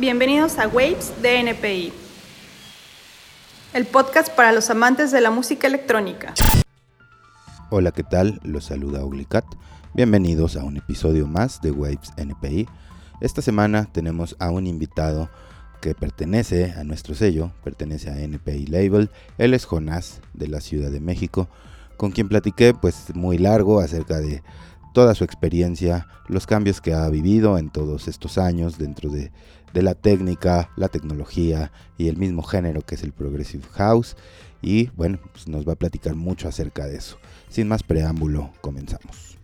Bienvenidos a Waves de NPI, el podcast para los amantes de la música electrónica. Hola, ¿qué tal? Los saluda Oglicat. Bienvenidos a un episodio más de Waves NPI. Esta semana tenemos a un invitado que pertenece a nuestro sello, pertenece a NPI Label. Él es Jonás, de la Ciudad de México, con quien platiqué pues muy largo acerca de toda su experiencia, los cambios que ha vivido en todos estos años dentro de la técnica, la tecnología y el mismo género que es el Progressive House. Y bueno, pues nos va a platicar mucho acerca de eso. Sin más preámbulo, comenzamos.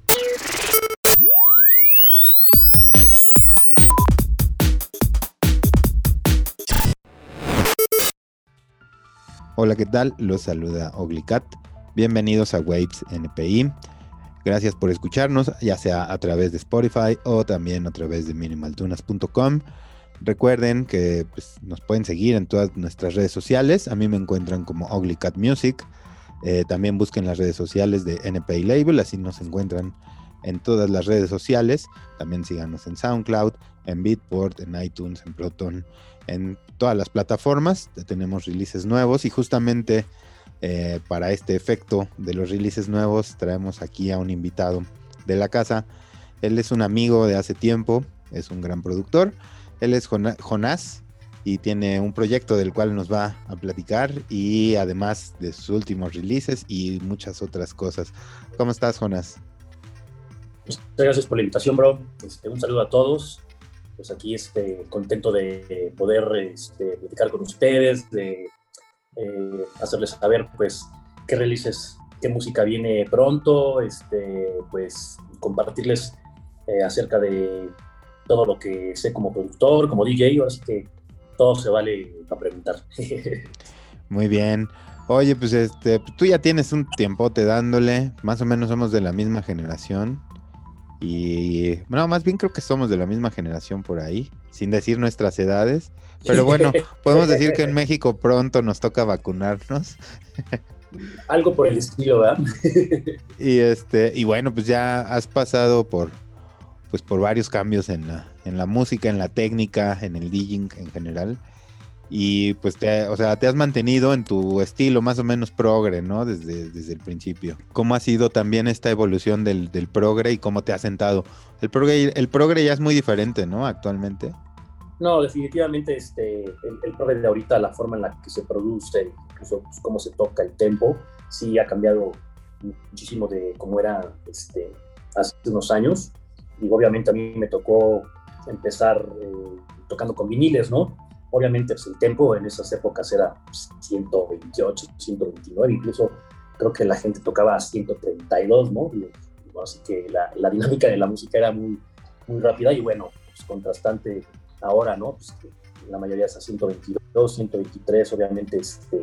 Hola, ¿qué tal? Los saluda Oglicat. Bienvenidos a Waves NPI. Gracias por escucharnos, ya sea a través de Spotify o también a través de minimaltunas.com. Recuerden que nos pueden seguir en todas nuestras redes sociales. A mí me encuentran como Oglicat Music. También busquen las redes sociales de NPI Label, así nos encuentran en todas las redes sociales. También síganos en SoundCloud, en Beatport, en iTunes, en Proton, en todas las plataformas. Tenemos releases nuevos y justamente para este efecto de los releases nuevos traemos aquí a un invitado de la casa. Él es un amigo de hace tiempo, es un gran productor. Él es Jonás y tiene un proyecto del cual nos va a platicar, y además de sus últimos releases y muchas otras cosas. ¿Cómo estás, Jonás? Muchas gracias por la invitación, bro. Un saludo a todos. Pues aquí contento de poder platicar con ustedes, de hacerles saber pues qué releases, qué música viene pronto, pues compartirles acerca de todo lo que sé como productor, como DJ, así que todo se vale para preguntar. Muy bien. Oye, pues tú ya tienes un tiempote dándole, más o menos somos de la misma generación. Y bueno, más bien creo que somos de la misma generación por ahí, sin decir nuestras edades. Pero bueno, podemos decir que en México pronto nos toca vacunarnos. Algo por el estilo, ¿verdad? Y bueno, pues ya has pasado por varios cambios en la música, en la técnica, en el DJing en general. Y pues te has mantenido en tu estilo más o menos progre, ¿no? Desde el principio. ¿Cómo ha sido también esta evolución del progre y cómo te ha sentado? El progre ya es muy diferente, ¿no? Actualmente. No, definitivamente el progre de ahorita, la forma en la que se produce, incluso pues, cómo se toca el tempo, sí ha cambiado muchísimo de cómo era hace unos años. Y obviamente a mí me tocó empezar tocando con viniles, ¿no? Obviamente pues, el tempo en esas épocas era 128, 129, incluso creo que la gente tocaba a 132, ¿no? Así que la dinámica de la música era muy, muy rápida y bueno, pues, contrastante ahora, ¿no? Pues, la mayoría es a 122, 123, obviamente,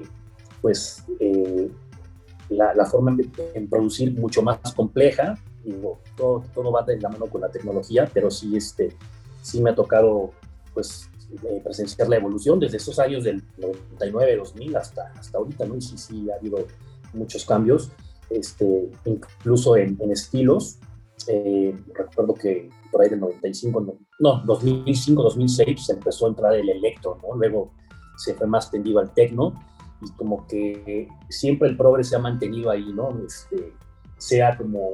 la forma en producir mucho más compleja. Digo, todo va de la mano con la tecnología, pero sí, sí me ha tocado, pues, presenciar la evolución desde esos años del 99, 2000 hasta ahorita, ¿no? Y sí ha habido muchos cambios, incluso en estilos. Recuerdo que por ahí del 95, 2005, 2006 se empezó a entrar el electro, ¿no? Luego se fue más tendido al techno y como que siempre el progre se ha mantenido ahí, ¿no? Sea como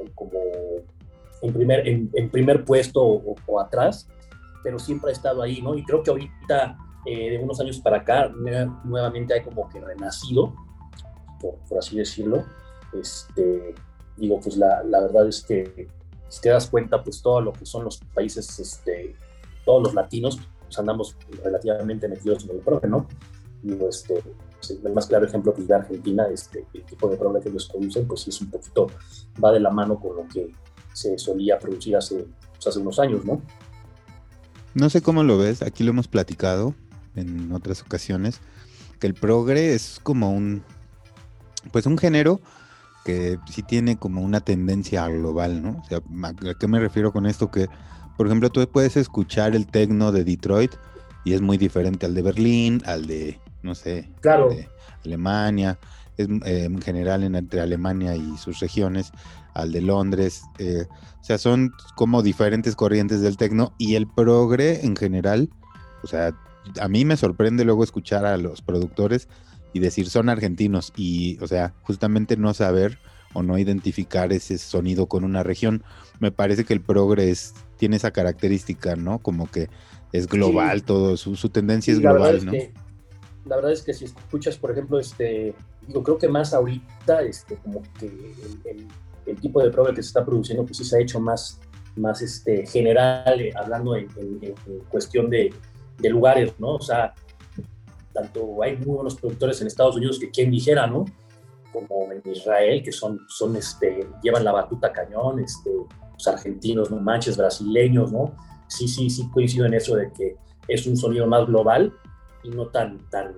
en primer puesto o atrás, pero siempre ha estado ahí, ¿no? Y creo que ahorita, de unos años para acá, nuevamente hay como que renacido, por así decirlo. Digo, pues la verdad es que si te das cuenta, pues todo lo que son los países, todos los latinos, pues andamos relativamente metidos en el progre, ¿no? Digo, el más claro ejemplo pues, de Argentina, el tipo de progre que ellos producen, pues sí es un poquito, va de la mano con lo que se solía producir hace unos años, ¿no? No sé cómo lo ves, aquí lo hemos platicado en otras ocasiones, que el progre es como un género que sí tiene como una tendencia global, ¿no? O sea, ¿a qué me refiero con esto? Que, por ejemplo, tú puedes escuchar el techno de Detroit y es muy diferente al de Berlín, al de, no sé, claro, de Alemania, es en general entre Alemania y sus regiones, al de Londres, o sea, son como diferentes corrientes del techno, y el progre en general, o sea, a mí me sorprende luego escuchar a los productores y decir son argentinos y, o sea, justamente no saber o no identificar ese sonido con una región. Me parece que el progre tiene esa característica, ¿no? Como que es global Sí, todo, su tendencia es la verdad global, es ¿no? que la verdad es que si escuchas, por ejemplo, digo, creo que más ahorita, como que el tipo de prueba que se está produciendo, pues sí se ha hecho más general, hablando en cuestión de lugares, ¿no? O sea, tanto hay muy buenos productores en Estados Unidos que quien dijera, ¿no? Como en Israel, que llevan la batuta cañón, los argentinos, no manches, brasileños, ¿no? Sí coincido en eso de que es un sonido más global y no tan,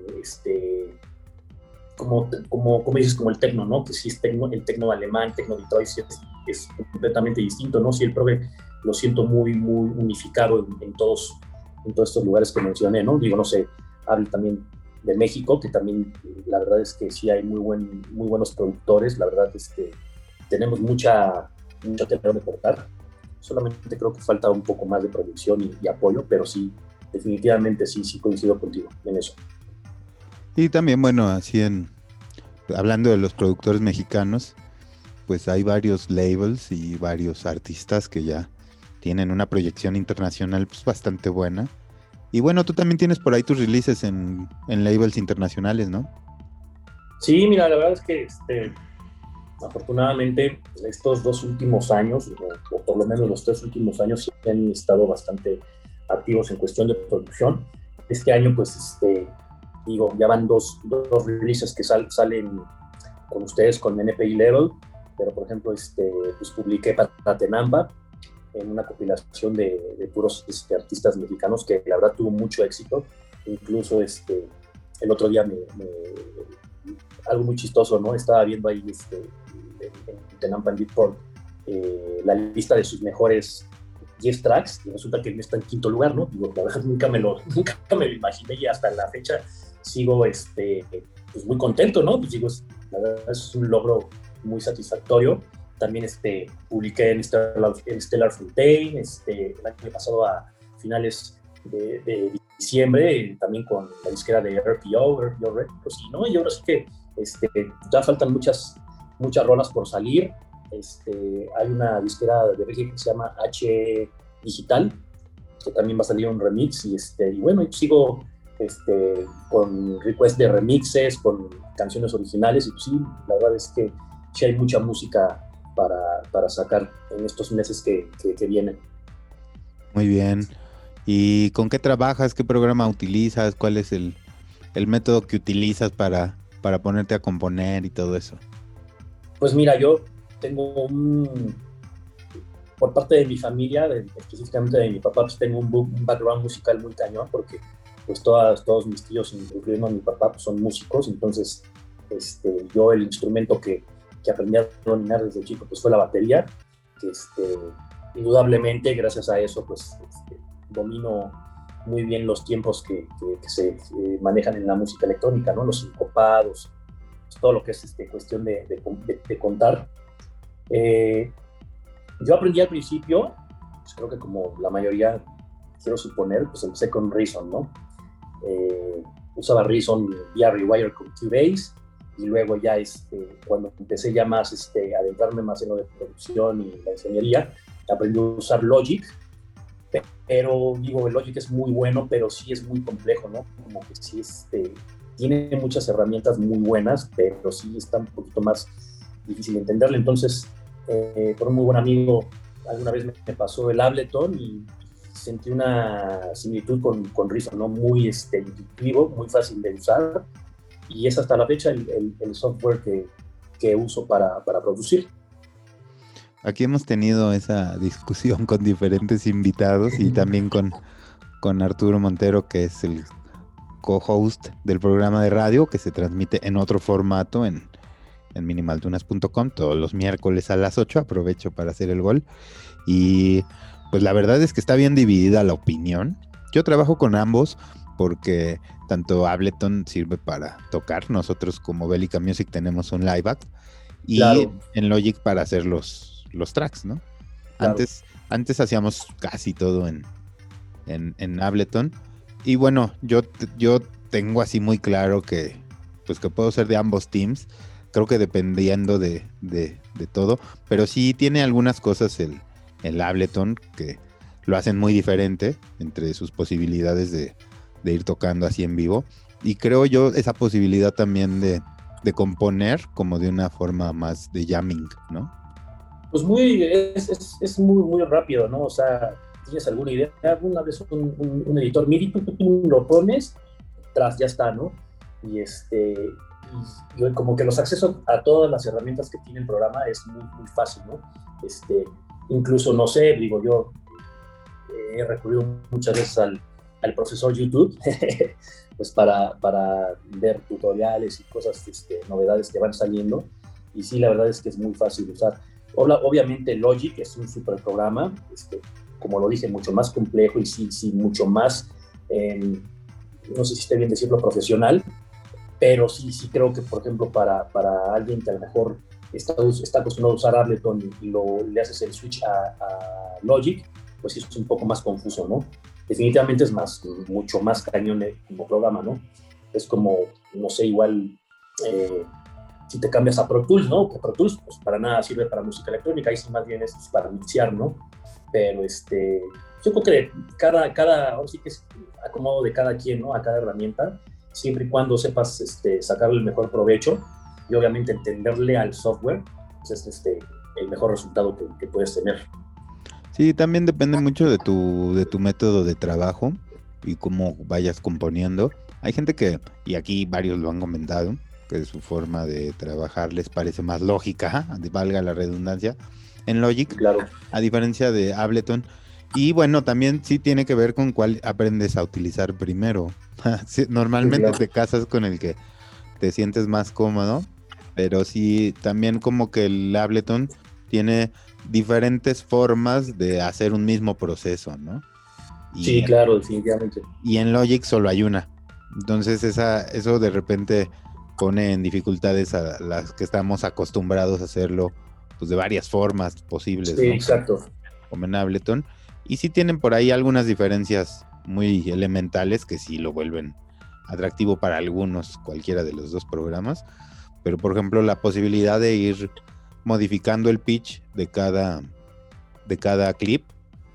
como dices, como el tecno, ¿no? Que sí es el tecno alemán, el tecno Detroit, sí es completamente distinto, ¿no? Sí, el prove lo siento muy, muy unificado en todos estos lugares que mencioné, ¿no? Digo, no sé, hablo también de México, que también la verdad es que sí hay muy buenos productores, la verdad es que tenemos mucha tela de cortar, solamente creo que falta un poco más de producción y apoyo, pero sí, definitivamente sí coincido contigo en eso. Y también, bueno, hablando de los productores mexicanos, pues hay varios labels y varios artistas que ya tienen una proyección internacional pues, bastante buena. Y bueno, tú también tienes por ahí tus releases en labels internacionales, ¿no? Sí, mira, la verdad es que afortunadamente estos 2 últimos años, o por lo menos los 3 últimos años, sí han estado bastante activos en cuestión de producción. Este año, pues, digo, ya van dos releases que salen con ustedes con NPI Level, pero por ejemplo, pues publiqué para Tenampa en una compilación de puros artistas mexicanos que la verdad tuvo mucho éxito. Incluso el otro día algo muy chistoso, ¿no? Estaba viendo ahí en Tenampa en Beatport la lista de sus mejores 10 tracks y resulta que él está en quinto lugar, ¿no? Digo, la verdad nunca me lo imaginé y hasta la fecha sigo pues muy contento, ¿no? Pues digo, la verdad es un logro muy satisfactorio. También publiqué en Stellar Fontaine, el año pasado a finales de diciembre, también con la disquera de RPO Records, ¿no? Y ahora sí que ya faltan muchas rolas por salir. Hay una disquera de Bélgica que se llama H Digital, que también va a salir un remix, y bueno, sigo con request de remixes, con canciones originales, y pues sí, la verdad es que sí hay mucha música para sacar en estos meses que vienen. Muy bien. ¿Y con qué trabajas? ¿Qué programa utilizas? ¿Cuál es el método que utilizas para ponerte a componer y todo eso? Pues mira, yo tengo por parte de mi familia, específicamente de mi papá, pues tengo un background musical muy cañón, porque pues todos mis tíos, incluyendo a mi papá, pues son músicos. Entonces yo el instrumento que aprendí a dominar desde chico pues fue la batería, que indudablemente gracias a eso pues domino muy bien los tiempos que se manejan en la música electrónica, ¿no? Los sincopados, pues, todo lo que es cuestión de contar. Yo aprendí al principio, pues creo que como la mayoría, quiero suponer, pues empecé con Reason, ¿no? Usaba Reason vía Rewire con Cubase, y luego ya cuando empecé ya más a adentrarme más en lo de producción y la ingeniería, aprendí a usar Logic, pero digo, el Logic es muy bueno, pero sí es muy complejo, ¿no? Como que sí tiene muchas herramientas muy buenas, pero sí está un poquito más difícil de entenderlo. Entonces, por un muy buen amigo, alguna vez me pasó el Ableton y sentí una similitud con Reason, ¿no? Muy intuitivo, muy fácil de usar, y es hasta la fecha el software que uso para producir. Aquí hemos tenido esa discusión con diferentes invitados y también con Arturo Montero, que es el co-host del programa de radio que se transmite en otro formato en minimaltunas.com todos los miércoles a las 8. Aprovecho para hacer el gol. Y pues la verdad es que está bien dividida la opinión. Yo trabajo con ambos porque tanto Ableton sirve para tocar. Nosotros como Bélica Music tenemos un live act. Y Claro, en Logic para hacer los tracks, ¿no? claro. Antes hacíamos casi todo en Ableton. Y bueno, yo tengo así muy claro que pues que puedo ser de ambos teams. Creo que dependiendo de todo. Pero sí tiene algunas cosas el Ableton que lo hacen muy diferente entre sus posibilidades de ir tocando así en vivo. Y creo yo esa posibilidad también de componer como de una forma más de jamming, ¿no? Pues es muy, muy rápido, ¿no? O sea, tienes alguna idea, alguna vez un editor MIDI, tú lo pones, tras, ya está, ¿no? Y y como que los accesos a todas las herramientas que tiene el programa es muy, muy fácil, ¿no? Incluso, no sé, digo, yo he recurrido muchas veces al profesor YouTube, pues para ver tutoriales y cosas, novedades que van saliendo, y sí, la verdad es que es muy fácil de usar. Obviamente Logic es un super programa, como lo dije, mucho más complejo y sí mucho más, no sé si esté bien decirlo, profesional, pero sí creo que, por ejemplo, para alguien que a lo mejor está acostumbrado a usar Ableton y le haces el switch a Logic, pues sí es un poco más confuso, ¿no? Definitivamente es mucho más cañón como programa, ¿no? Es como, no sé, igual si te cambias a Pro Tools, ¿no? Que Pro Tools, pues para nada sirve para música electrónica, ahí sí más bien es para mixear, ¿no? Pero yo creo que ahora sí que es acomodo de cada quien, ¿no? A cada herramienta, siempre y cuando sepas sacarle el mejor provecho y obviamente entenderle al software, pues es el mejor resultado que puedes tener. Sí, también depende mucho de tu método de trabajo y cómo vayas componiendo. Hay gente que, y aquí varios lo han comentado, que su forma de trabajar les parece más lógica, valga la redundancia, en Logic, claro, a diferencia de Ableton. Y bueno, también sí tiene que ver con cuál aprendes a utilizar primero. Sí, normalmente claro. te casas con el que te sientes más cómodo, pero sí también como que el Ableton tiene diferentes formas de hacer un mismo proceso, ¿no? Sí, claro, definitivamente. Y en Logic solo hay una. Entonces eso de repente pone en dificultades a las que estamos acostumbrados a hacerlo pues de varias formas posibles, Sí, ¿no? exacto. Como en Ableton. Y sí tienen por ahí algunas diferencias muy elementales que sí lo vuelven atractivo para algunos, cualquiera de los dos programas. Pero por ejemplo la posibilidad de ir modificando el pitch de cada clip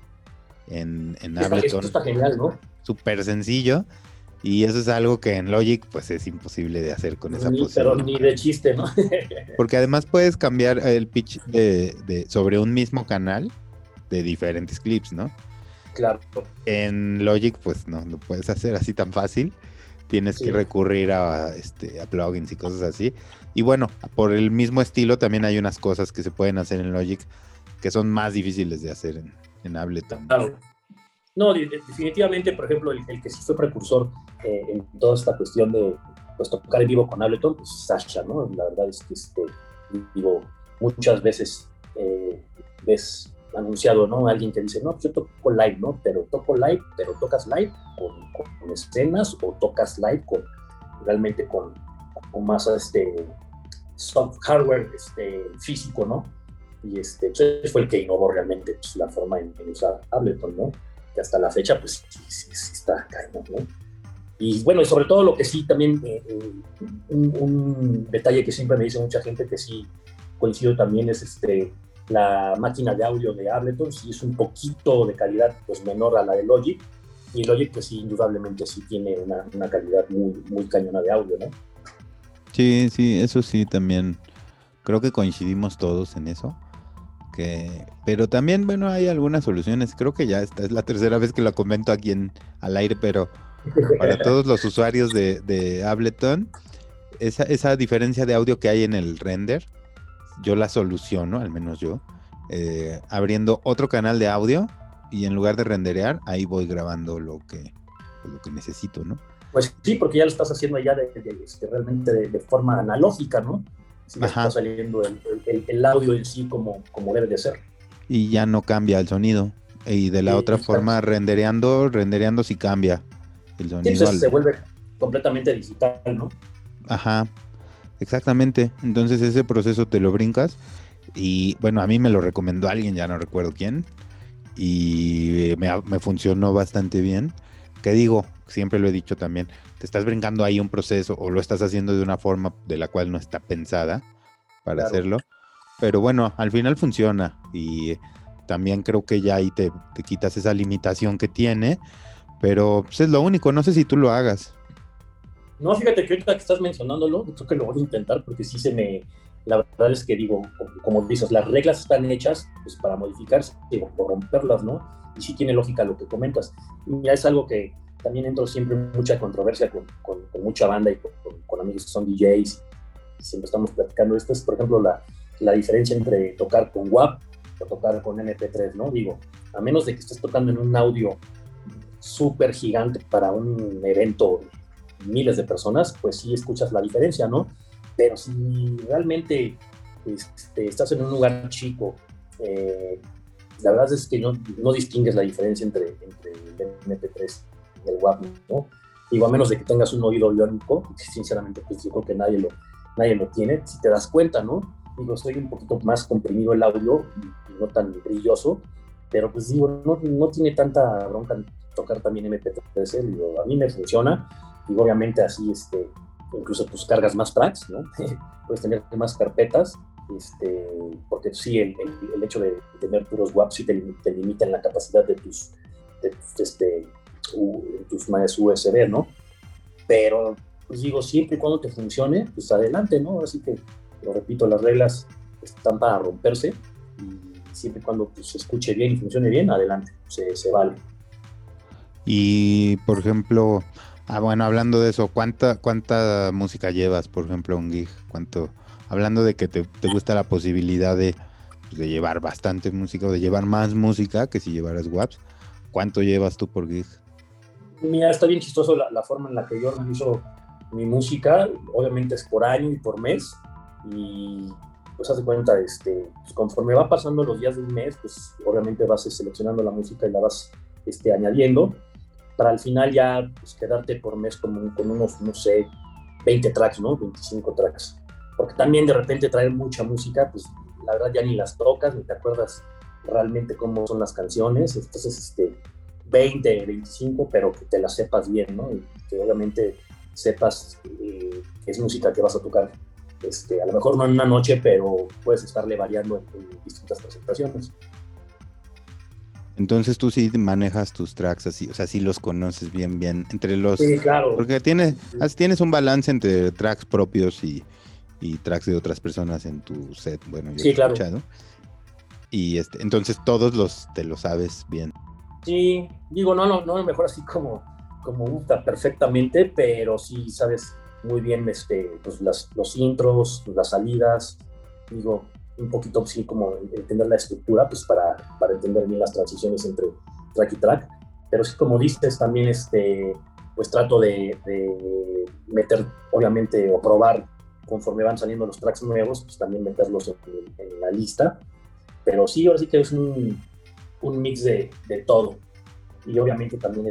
en Ableton. Esto está genial, ¿no? Súper sencillo. Y eso es algo que en Logic pues es imposible de hacer con esa Pero posibilidad. ni de chiste, ¿no? Porque además puedes cambiar el pitch sobre un mismo canal de diferentes clips, ¿no? Claro. En Logic pues no lo puedes hacer así tan fácil. Tienes que recurrir a plugins y cosas así. Y bueno, por el mismo estilo también hay unas cosas que se pueden hacer en Logic que son más difíciles de hacer en Ableton. Claro. No, definitivamente, por ejemplo, el que sí fue precursor en toda esta cuestión de pues, tocar en vivo con Ableton, pues Sasha, ¿no? La verdad es que, digo, muchas veces ves anunciado, ¿no? Alguien que dice, no, yo toco live, ¿no? Pero tocas live con escenas o tocas live realmente con más soft hardware físico, ¿no? Y pues, fue el que innovó realmente pues, la forma en usar Ableton, ¿no? Que hasta la fecha, pues, sí está cañón, ¿no? Y bueno, y sobre todo lo que sí también, un detalle que siempre me dice mucha gente que sí coincido también es la máquina de audio de Ableton, sí es un poquito de calidad pues menor a la de Logic, y Logic pues sí, indudablemente sí tiene una calidad muy, muy cañona de audio, ¿no? Sí, eso sí también creo que coincidimos todos en eso. Pero también, bueno, hay algunas soluciones. Creo que ya esta es la tercera vez que lo comento aquí al aire, pero para todos los usuarios de Ableton, esa diferencia de audio que hay en el render, yo la soluciono, al menos yo, abriendo otro canal de audio y en lugar de renderear, ahí voy grabando lo que necesito, ¿no? Pues sí, porque ya lo estás haciendo ya realmente de forma analógica, ¿no? Sí, está saliendo el audio en sí como debe de ser. Y ya no cambia el sonido. Y de la otra forma, rendereando sí cambia el sonido. Sí, pues se vuelve completamente digital, ¿no? Ajá, exactamente. Entonces ese proceso te lo brincas. Y bueno, a mí me lo recomendó alguien, ya no recuerdo quién. Y me funcionó bastante bien. que digo, siempre lo he dicho también, te estás brincando ahí un proceso o lo estás haciendo de una forma de la cual no está pensada para hacerlo, pero bueno, al final funciona y también creo que ya ahí te quitas esa limitación que tiene, pero pues es lo único, no sé si tú lo hagas. No, fíjate que ahorita que estás mencionándolo, creo que lo voy a intentar porque sí la verdad es que digo, como dices, las reglas están hechas pues, para modificarse o romperlas, ¿no? Y sí tiene lógica lo que comentas. Y ya es algo que también entro siempre en mucha controversia con mucha banda y con amigos que son DJs. Y siempre estamos platicando esto. Es, por ejemplo, la diferencia entre tocar con WAV o tocar con MP3, ¿no? Digo, a menos de que estés tocando en un audio súper gigante para un evento miles de personas, pues sí escuchas la diferencia, ¿no? Pero si realmente estás en un lugar chico, la verdad es que no distingues la diferencia entre el MP3 y el WAV, ¿no? Digo, a menos de que tengas un oído biónico, que sinceramente pues yo creo que nadie lo tiene, si te das cuenta, ¿no? Digo, soy un poquito más comprimido el audio y no tan brilloso, pero pues digo, no tiene tanta bronca tocar también MP3, digo, a mí me funciona. Y obviamente así, incluso pues cargas más tracks, ¿no? Puedes tener más carpetas, porque sí, el hecho de tener puros WAP sí te limita en la capacidad de tus maes USB, ¿no? Pero, pues digo, siempre y cuando te funcione, pues adelante, ¿no? Así que, lo repito, las reglas están para romperse y siempre y cuando pues, se escuche bien y funcione bien, adelante, se vale. Y, por ejemplo, bueno, hablando de eso, ¿cuánta música llevas, por ejemplo, a un gig? Hablando de que te gusta la posibilidad de llevar bastante música o de llevar más música que si llevaras WAPs, ¿cuánto llevas tú por gig? Mira, está bien chistoso la forma en la que yo organizo mi música, obviamente es por año y por mes, y pues haz de cuenta, pues conforme va pasando los días de un mes, pues obviamente vas seleccionando la música y la vas añadiendo, para al final ya pues, quedarte por mes con unos, no sé, 20 tracks, ¿no? 25 tracks. Porque también de repente traer mucha música, pues la verdad ya ni las tocas, ni te acuerdas realmente cómo son las canciones. Entonces, 20, 25, pero que te las sepas bien, ¿no? Y que obviamente sepas que es música que vas a tocar. A lo mejor no en una noche, pero puedes estarle variando en distintas presentaciones. Entonces tú sí manejas tus tracks así, o sea, sí los conoces bien, entre los... Sí, claro. Porque tienes un balance entre tracks propios y tracks de otras personas en tu set, bueno, yo sí, he claro. escuchado. Y entonces todos te lo sabes bien. Sí, digo, no a lo mejor así como gusta perfectamente, pero sí sabes muy bien pues los intros, las salidas, digo, un poquito sí como entender la estructura, pues para entender bien las transiciones entre track y track, pero sí como dices también pues trato de meter, obviamente, o probar conforme van saliendo los tracks nuevos, pues también meterlos en la lista, pero sí, ahora sí que es un mix de todo. Y obviamente también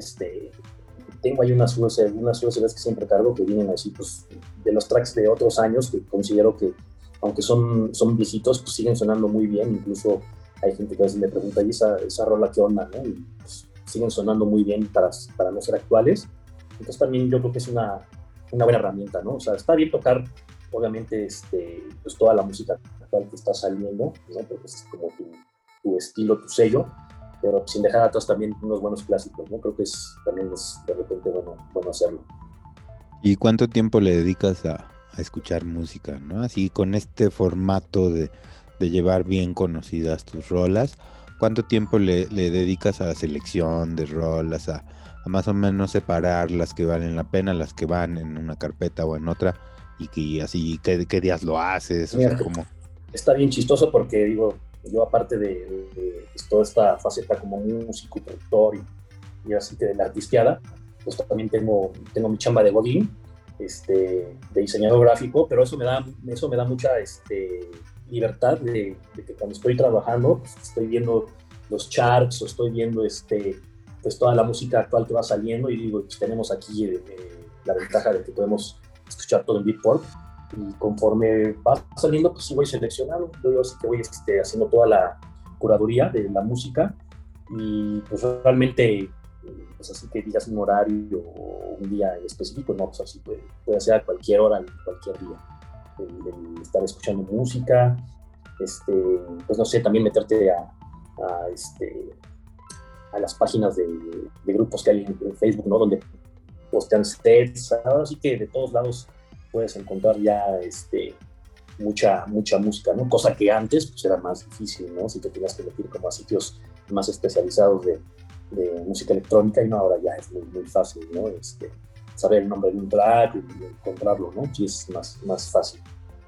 tengo ahí unas USBs que siempre cargo que vienen así, pues, de los tracks de otros años que considero que, aunque son viejitos, pues siguen sonando muy bien. Incluso hay gente que a veces me pregunta, ¿y esa rola qué onda? ¿No? Y pues, siguen sonando muy bien para no ser actuales. Entonces también yo creo que es una buena herramienta, ¿no? O sea, está bien tocar, obviamente, pues toda la música actual que está saliendo, ¿no? Porque es como tu estilo, tu sello, pero sin dejar atrás también unos buenos clásicos, ¿no? Creo que también es de repente bueno hacerlo. ¿Y cuánto tiempo le dedicas a escuchar música, ¿no? Así con este formato de llevar bien conocidas tus rolas, ¿cuánto tiempo le dedicas a la selección de rolas, a más o menos separar las que valen la pena, las que van en una carpeta o en otra, y que así, ¿qué días lo haces? Mira, o sea, ¿cómo? Está bien chistoso porque, digo, yo aparte de pues, toda esta faceta como músico, productor y así que de la artisteada, pues también tengo mi chamba de godín, de diseñador gráfico, pero eso me da mucha libertad de que cuando estoy trabajando, pues, estoy viendo los charts o estoy viendo pues toda la música actual que va saliendo y digo, pues tenemos aquí la ventaja de que podemos escuchar todo en Beatport. Y conforme va saliendo, pues sí voy seleccionando, yo sí que voy haciendo toda la curaduría de la música y pues realmente pues así que digas un horario o un día en específico, no, pues así puede ser a cualquier hora, cualquier día. El estar escuchando música, pues no sé, también meterte a las páginas de grupos que hay en Facebook, ¿no? Donde postean sets, así que de todos lados puedes encontrar ya mucha música, ¿no? Cosa que antes pues era más difícil, ¿no? Si te tenías que meter como a sitios más especializados de música electrónica, y no, ahora ya es muy fácil, ¿no? Saber el nombre de un track y encontrarlo, ¿no? Sí, es más fácil.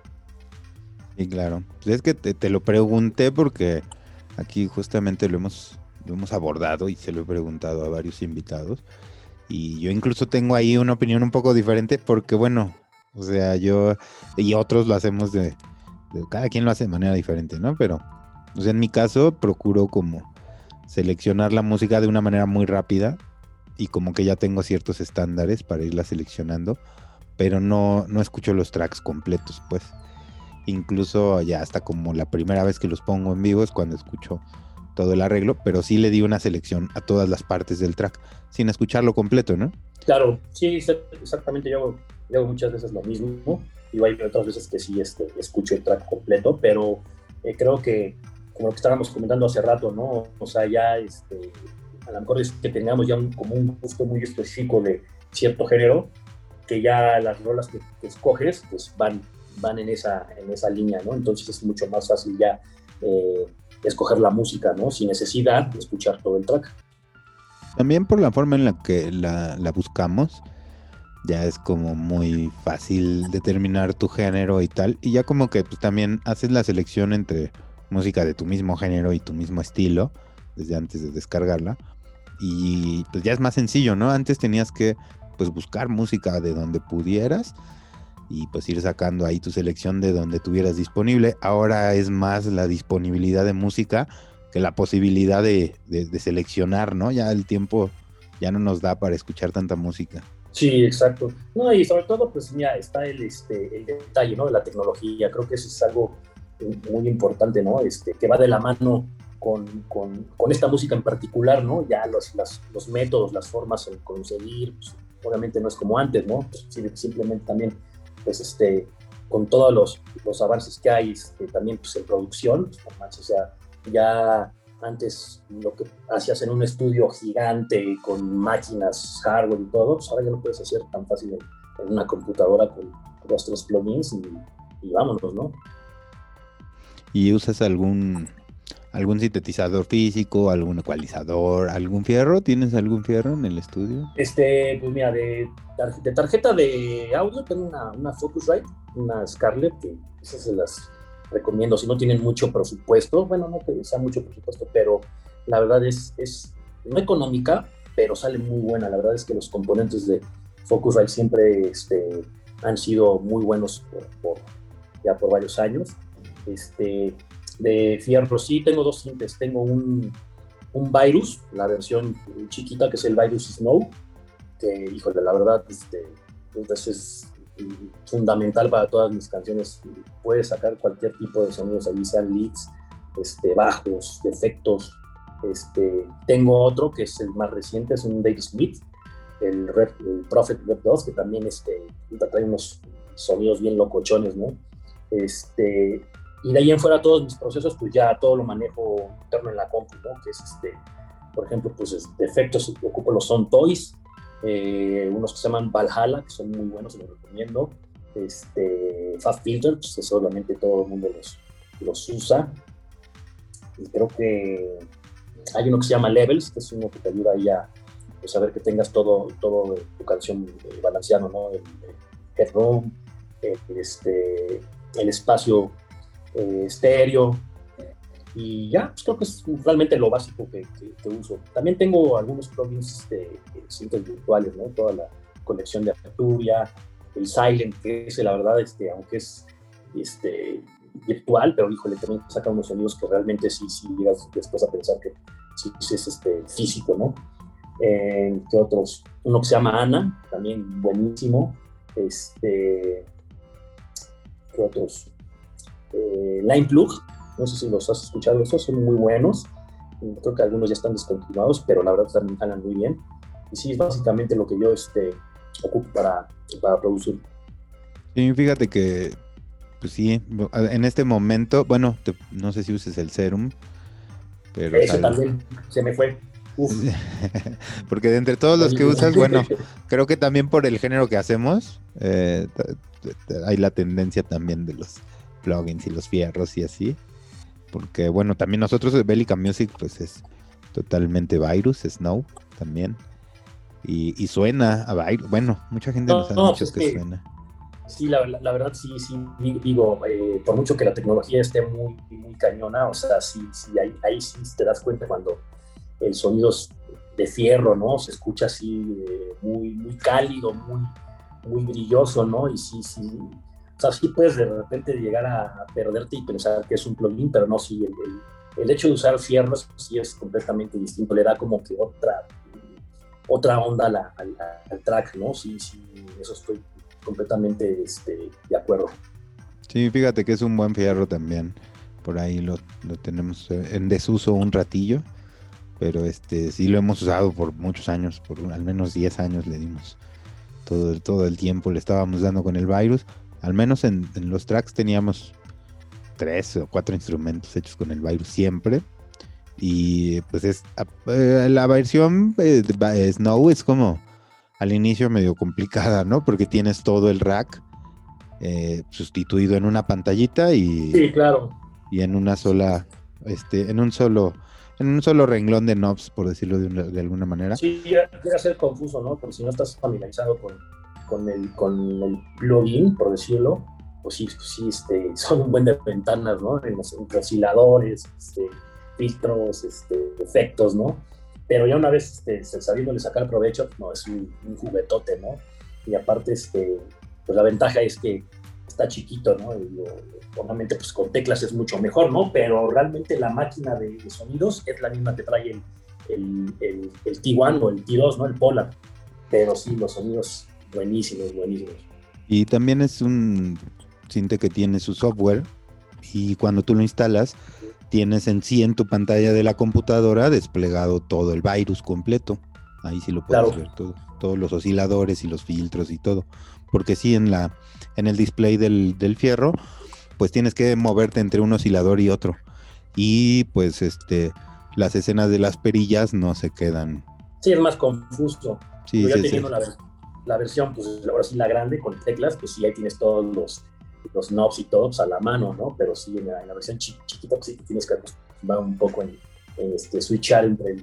Sí, claro. Pues es que te lo pregunté porque aquí justamente lo hemos abordado y se lo he preguntado a varios invitados. Y yo incluso tengo ahí una opinión un poco diferente porque, bueno, o sea, yo y otros lo hacemos cada quien lo hace de manera diferente, ¿no? Pero, o sea, en mi caso procuro como seleccionar la música de una manera muy rápida y como que ya tengo ciertos estándares para irla seleccionando, pero no escucho los tracks completos, pues. Incluso ya hasta como la primera vez que los pongo en vivo es cuando escucho todo el arreglo, pero sí le di una selección a todas las partes del track, sin escucharlo completo, ¿no? Claro, sí, exactamente, yo hago muchas veces lo mismo, y hay otras veces que sí escucho el track completo, pero creo que, como lo que estábamos comentando hace rato, ¿no? O sea, ya a lo mejor es que tengamos ya como un gusto muy específico de cierto género, que ya las rolas que escoges pues van en esa línea, ¿no? Entonces es mucho más fácil ya escoger la música, ¿no? Sin necesidad de escuchar todo el track. También por la forma en la que la buscamos, ya es como muy fácil determinar tu género y tal, y ya como que pues también haces la selección entre música de tu mismo género y tu mismo estilo, desde antes de descargarla, y pues ya es más sencillo, ¿no? Antes tenías que pues buscar música de donde pudieras y pues ir sacando ahí tu selección de donde tuvieras disponible. Ahora es más la disponibilidad de música que la posibilidad de seleccionar, ¿no? Ya el tiempo ya no nos da para escuchar tanta música. Sí, exacto. No, y sobre todo, pues mira, está el detalle, ¿no? De la tecnología. Creo que eso es algo muy importante, ¿no? Que va de la mano con esta música en particular, ¿no? Ya los métodos, las formas en conseguir, pues, obviamente no es como antes, ¿no? Pues, simplemente también, pues, con todos los avances que hay, también, pues, en producción, pues, no manches, o sea, ya antes lo que hacías en un estudio gigante con máquinas, hardware y todo, pues ahora ya lo puedes hacer tan fácil en una computadora con 2, 3 plugins y vámonos, ¿no? ¿Y usas algún sintetizador físico, algún ecualizador, algún fierro? ¿Tienes algún fierro en el estudio? Pues mira, de tarjeta de audio tengo una Focusrite, una Scarlett, que esas se las recomiendo si no tienen mucho presupuesto. Bueno, no que sea mucho presupuesto, pero la verdad es no económica, pero sale muy buena. La verdad es que los componentes de Focusrite siempre han sido muy buenos ya por varios años. De fierro sí, tengo 2 sintes. Tengo un Virus, la versión chiquita, que es el Virus Snow, que, híjole, la verdad, pues es fundamental para todas mis canciones. Puedes sacar cualquier tipo de sonidos allí, sean leads, bajos, efectos. Tengo otro que es el más reciente, es un Dave Smith, el Prophet Red 2, que también trae unos sonidos bien locochones, ¿no? Y de ahí en fuera todos mis procesos, pues ya todo lo manejo interno en la compu, ¿no? Que es por ejemplo, pues de efectos ocupo los Sound Toys, unos que se llaman Valhalla, que son muy buenos, los recomiendo. Fast Filter, pues obviamente todo el mundo los usa. Y creo que hay uno que se llama Levels, que es uno que te ayuda ahí a pues, saber que tengas todo tu canción balanceado, ¿no? El headroom, el espacio estéreo, y ya, pues creo que es realmente lo básico que uso. También tengo algunos plugins cintas virtuales, ¿no? Toda la colección de Arturia, el Silent, que es la verdad, aunque es virtual, pero híjole, también saca unos sonidos que realmente sí llegas después a pensar que sí es físico, ¿no? ¿Qué otros? Uno que se llama Ana, también buenísimo. ¿Qué otros? Line Plug, no sé si los has escuchado, esos son muy buenos. creo que algunos ya están descontinuados, pero la verdad también jalan muy bien. Y sí, es básicamente lo que yo ocupo para producir. Y fíjate que, pues sí, en este momento, bueno, no sé si uses el Serum, pero Ese también se me fue. Uf. Porque de entre todos los que usas, bueno, creo que también por el género que hacemos, hay la tendencia también de los plugins y los fierros y así. Porque bueno, también nosotros de Bellica Music pues es totalmente Virus, Snow también. Y suena a Virus. Bueno, mucha gente nos ha dicho pues que suena. Sí, la verdad sí, digo, por mucho que la tecnología esté muy, muy cañona, o sea, sí, ahí sí te das cuenta cuando el sonido es de fierro, ¿no? Se escucha así muy, muy cálido, muy, muy brilloso, ¿no? Y sí, o sea, sí puedes de repente llegar a perderte y pensar que es un plugin, pero no, sí, el hecho de usar fierros sí es completamente distinto, le da como que otra onda al track, ¿no? Sí, eso estoy completamente de acuerdo. Sí, fíjate que es un buen fierro también. Por ahí lo tenemos en desuso un ratillo. Pero sí lo hemos usado por muchos años, por al menos 10 años le dimos. Todo el tiempo le estábamos dando con el Virus. Al menos en los tracks teníamos 3 o 4 instrumentos hechos con el Virus siempre. Y pues la versión Snow es como al inicio medio complicada, ¿no? Porque tienes todo el rack sustituido en una pantallita sí, claro. Y en una sola, en un solo renglón de knobs, por decirlo de alguna manera. Sí, llega a ser confuso, ¿no? Porque si no estás familiarizado con el plugin, por decirlo, pues sí, son un buen de ventanas, ¿no? Entre osciladores, filtros, efectos, ¿no? Pero ya una vez sabiéndole sacar provecho, no, es un juguetote, ¿no? Y aparte, pues la ventaja es que está chiquito, ¿no? Y, obviamente, pues con teclas es mucho mejor, ¿no? Pero realmente la máquina de sonidos es la misma que trae el T1 o el T2, ¿no? El Polar. Pero sí, los sonidos buenísimos. Y también es un Synth que tiene su software y cuando tú lo instalas, tienes en sí en tu pantalla de la computadora desplegado todo el Virus completo. Ahí sí lo puedes ver todo, todos los osciladores y los filtros y todo. Porque sí, en el display del fierro, pues tienes que moverte entre un oscilador y otro. Y pues las escenas de las perillas no se quedan. Sí, es más confuso. Sí, ya teniendo la versión, pues ahora sí la grande con teclas, pues sí, ahí tienes todos los knobs y todo pues, a la mano, ¿no? Pero sí, en la versión chiquita, pues sí tienes que acostumbrar un poco en switchar entre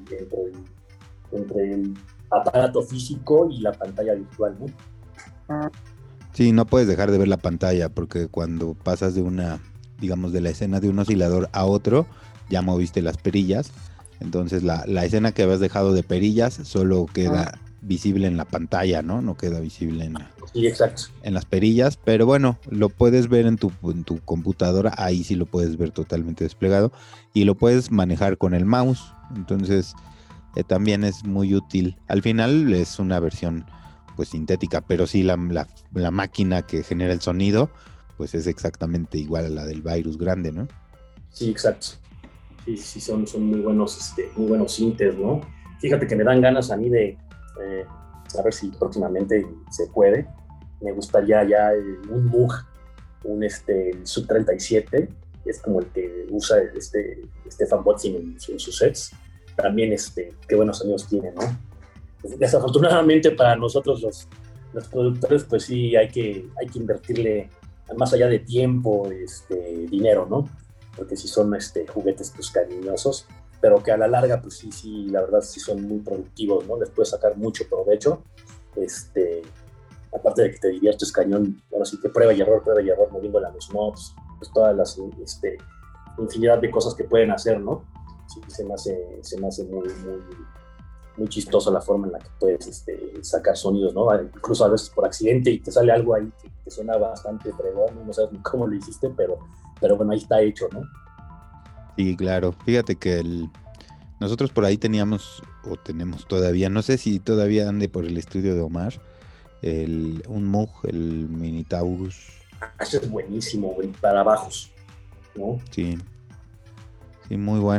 el aparato físico y la pantalla virtual, ¿no? Sí, no puedes dejar de ver la pantalla porque cuando pasas de digamos, de la escena de un oscilador a otro, ya moviste las perillas. Entonces la escena que habías dejado de perillas solo queda visible en la pantalla, ¿no? No queda visible sí, exacto. En las perillas, pero bueno, lo puedes ver en tu computadora, ahí sí lo puedes ver totalmente desplegado y lo puedes manejar con el mouse. Entonces también es muy útil. Al final es una versión pues sintética, pero sí la máquina que genera el sonido pues es exactamente igual a la del Virus grande, ¿no? Sí, exacto. Sí, son muy buenos sintes, ¿no? Fíjate que me dan ganas a mí de a ver si próximamente se puede. Me gustaría ya un Moog, el Sub 37, es como el que usa Stefan Botzin en sus sets. También qué buenos sonidos tiene, ¿no? Desafortunadamente para nosotros los productores, pues sí, hay que invertirle más allá de tiempo, dinero, ¿no? Porque sí son juguetes pues cariñosos, pero que a la larga, pues sí, la verdad sí son muy productivos, ¿no? Les puedes sacar mucho provecho, aparte de que te diviertes cañón, bueno, sí que prueba y error, moviéndole a los knobs, pues todas las, infinidad de cosas que pueden hacer, ¿no? Sí, se me hace muy chistosa la forma en la que puedes sacar sonidos, ¿no? Incluso a veces por accidente y te sale algo ahí que suena bastante fregón, no sabes ni cómo lo hiciste, pero bueno, ahí está hecho, ¿no? Sí, claro. Fíjate que nosotros por ahí teníamos, o tenemos todavía, no sé si todavía ande por el estudio de Omar, un Moog, el Minitaurus. Eso es buenísimo, güey, para bajos, ¿no? Sí, muy bueno.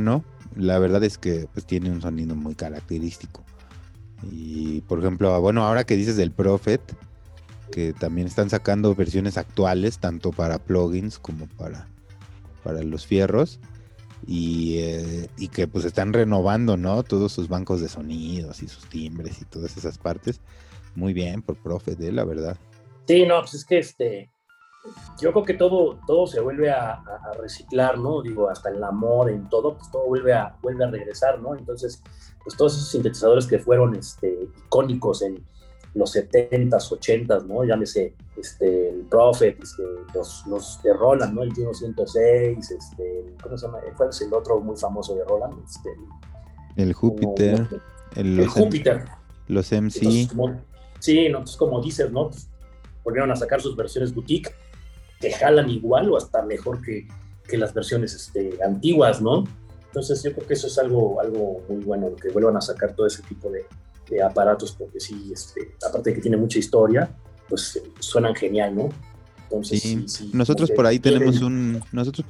la verdad es que pues tiene un sonido muy característico. Y por ejemplo, bueno, ahora que dices del Prophet, que también están sacando versiones actuales, tanto para plugins como para los fierros, y que pues están renovando, ¿no? Todos sus bancos de sonidos y sus timbres y todas esas partes. Muy bien por Prophet, la verdad. Sí, no, pues es que yo creo que todo se vuelve a reciclar, ¿no? Digo, hasta en la moda, en todo, pues todo vuelve a regresar, ¿no? Entonces, pues todos esos sintetizadores que fueron icónicos en los 70s, 80s, ¿no? Llámese el Prophet, los de Roland, ¿no? El Juno 106, ¿cómo se llama? ¿Cuál es el otro muy famoso de Roland? El Júpiter, el Júpiter. Los MC. Entonces, entonces como dices, ¿no? Pues, volvieron a sacar sus versiones boutique que jalan igual o hasta mejor que las versiones antiguas, ¿no? Entonces yo creo que eso es algo muy bueno, que vuelvan a sacar todo ese tipo de aparatos, porque sí, aparte de que tiene mucha historia, pues suenan genial, ¿no? Entonces, sí. Nosotros por ahí tenemos un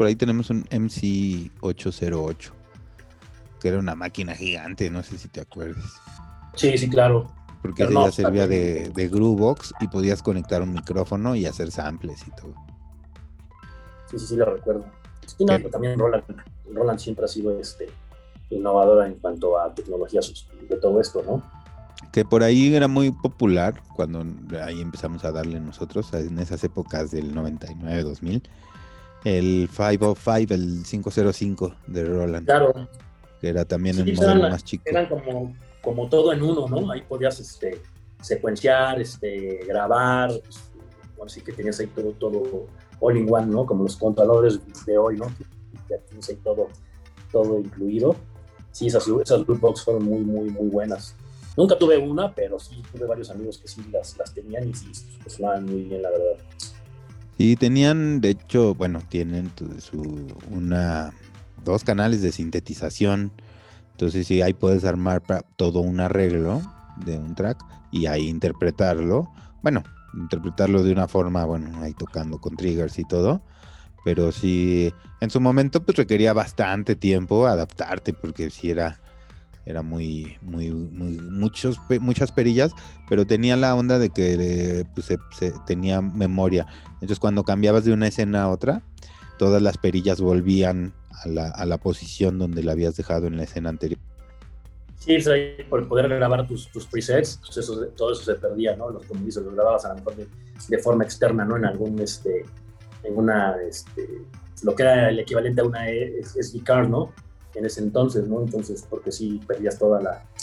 MC 808, que era una máquina gigante, no sé si te acuerdas. Sí, claro. Porque ese ya servía de Groovebox y podías conectar un micrófono y hacer samples y todo. Sí, lo recuerdo. Y no, pero también Roland siempre ha sido innovadora en cuanto a tecnologías de todo esto, ¿no? Que por ahí era muy popular cuando ahí empezamos a darle nosotros, en esas épocas del 99, 2000, el 505, el 505 de Roland. Claro. Que era también el modelo más chico. Eran como todo en uno, ¿no? Ahí podías secuenciar, grabar, así que tenías ahí todo all in one, ¿no? Como los controladores de hoy, ¿no? Ya tienes ahí todo incluido. Sí, esas Groovebox fueron muy, muy, muy buenas. Nunca tuve una, pero sí tuve varios amigos que sí las tenían y sí, pues sonaban muy bien, la verdad. Sí, tenían, de hecho, bueno, tienen dos canales de sintetización. Entonces sí, ahí puedes armar todo un arreglo de un track y ahí interpretarlo. Bueno, interpretarlo de una forma, bueno, ahí tocando con triggers y todo. Pero sí, en su momento pues requería bastante tiempo adaptarte porque sí era muy, muy, muchas perillas, pero tenía la onda de que pues, se tenía memoria. Entonces cuando cambiabas de una escena a otra, todas las perillas volvían a la posición donde la habías dejado en la escena anterior. Sí, por poder grabar tus presets, pues todo eso se perdía, ¿no? Como dices, los grababas a lo mejor de forma externa, ¿no? En algún, en una, lo que era el equivalente a una SD card, ¿no? En ese entonces, ¿no? Entonces, porque sí perdías toda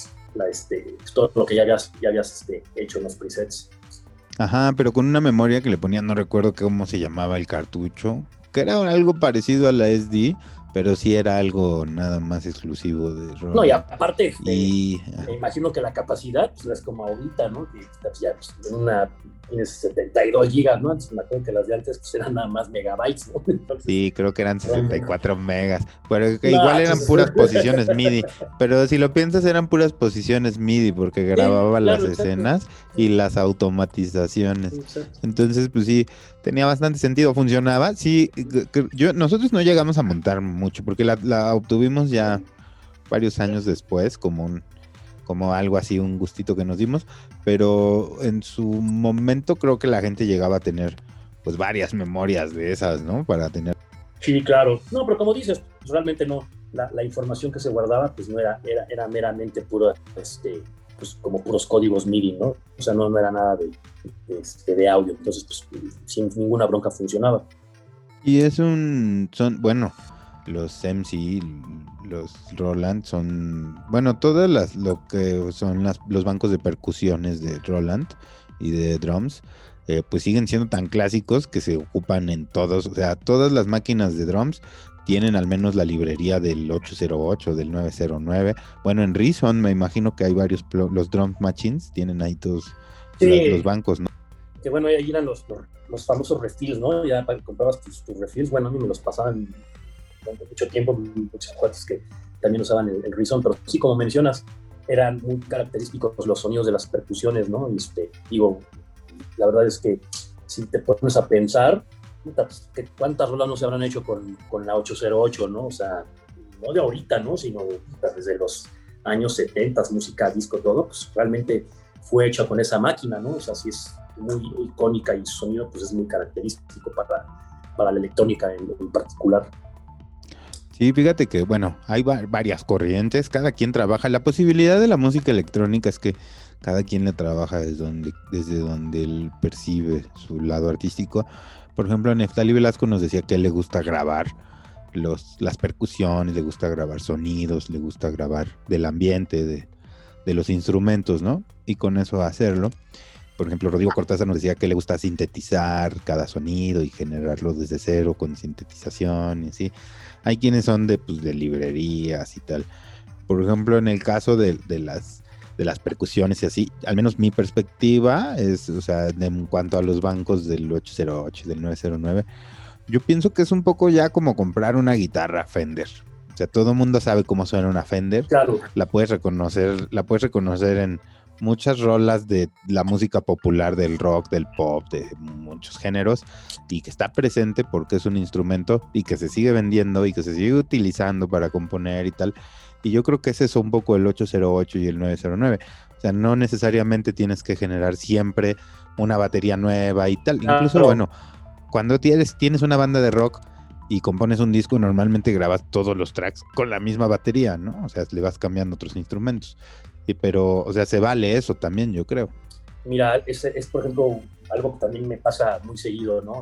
todo lo que ya habías hecho en los presets. Ajá, pero con una memoria que le ponían, no recuerdo cómo se llamaba el cartucho, que era algo parecido a la SD, pero sí era algo nada más exclusivo de Roland. No, y aparte, me imagino que la capacidad pues, es como ahorita, ¿no? Que ya pues, tienes 72 gigas, ¿no? Entonces me acuerdo que las de antes pues, eran nada más megabytes, ¿no? Entonces, sí, creo que eran 64 megas, pero que igual eran puras posiciones MIDI, pero si lo piensas eran puras posiciones MIDI porque grababa las escenas y las automatizaciones. Exacto. Entonces, pues sí, tenía bastante sentido, funcionaba. Sí, nosotros no llegamos a montar mucho porque la obtuvimos ya varios años después como algo así, un gustito que nos dimos, pero en su momento creo que la gente llegaba a tener pues varias memorias de esas, ¿no? Para tener. Sí, claro. No, pero como dices, pues, realmente no. La información que se guardaba pues no era meramente pura, pues como puros códigos MIDI, ¿no? O sea, no era nada de audio. Entonces, pues sin ninguna bronca funcionaba. Y bueno, los MC, los Roland son, bueno, todas lo que son los bancos de percusiones de Roland y de drums, pues siguen siendo tan clásicos que se ocupan en todos, o sea, todas las máquinas de drums tienen al menos la librería del 808, del 909. Bueno, en Reason me imagino que hay varios, los drum machines tienen ahí todos los bancos, ¿no? Que bueno, ahí eran los famosos refills, ¿no? Ya comprabas tus refills, bueno, a mí me los pasaban durante mucho tiempo, muchos cuates que también usaban el Reason, pero sí, como mencionas, eran muy característicos los sonidos de las percusiones, ¿no? Digo, la verdad es que si te pones a pensar, ¿cuántas rolas no se habrán hecho con la 808, ¿no? O sea, no de ahorita, ¿no? Sino desde los años 70, música, disco, todo, pues realmente fue hecha con esa máquina, ¿no? O sea, sí es muy icónica y su sonido pues es muy característico para la electrónica en particular. Sí, fíjate que, bueno, hay varias corrientes, cada quien trabaja. La posibilidad de la música electrónica es que cada quien le trabaja desde donde él percibe su lado artístico. Por ejemplo, Neftali Velasco nos decía que a él le gusta grabar las percusiones, le gusta grabar sonidos, le gusta grabar del ambiente, de los instrumentos, ¿no? Y con eso hacerlo. Por ejemplo, Rodrigo Cortázar nos decía que le gusta sintetizar cada sonido y generarlo desde cero con sintetización y así. Hay quienes son de librerías y tal. Por ejemplo, en el caso de las percusiones y así, al menos mi perspectiva es, o sea, en cuanto a los bancos del 808, del 909, yo pienso que es un poco ya como comprar una guitarra Fender. O sea, todo el mundo sabe cómo suena una Fender. Claro. La puedes reconocer en muchas rolas de la música popular, del rock, del pop, de muchos géneros, y que está presente porque es un instrumento y que se sigue vendiendo y que se sigue utilizando para componer y tal. Y yo creo que es eso un poco el 808 y el 909. O sea, no necesariamente tienes que generar siempre una batería nueva y tal. Incluso, bueno, cuando tienes una banda de rock y compones un disco, normalmente grabas todos los tracks con la misma batería, ¿no? O sea, le vas cambiando otros instrumentos. Pero, o sea, se vale eso también, yo creo. Mira, es por ejemplo, algo que también me pasa muy seguido, ¿no?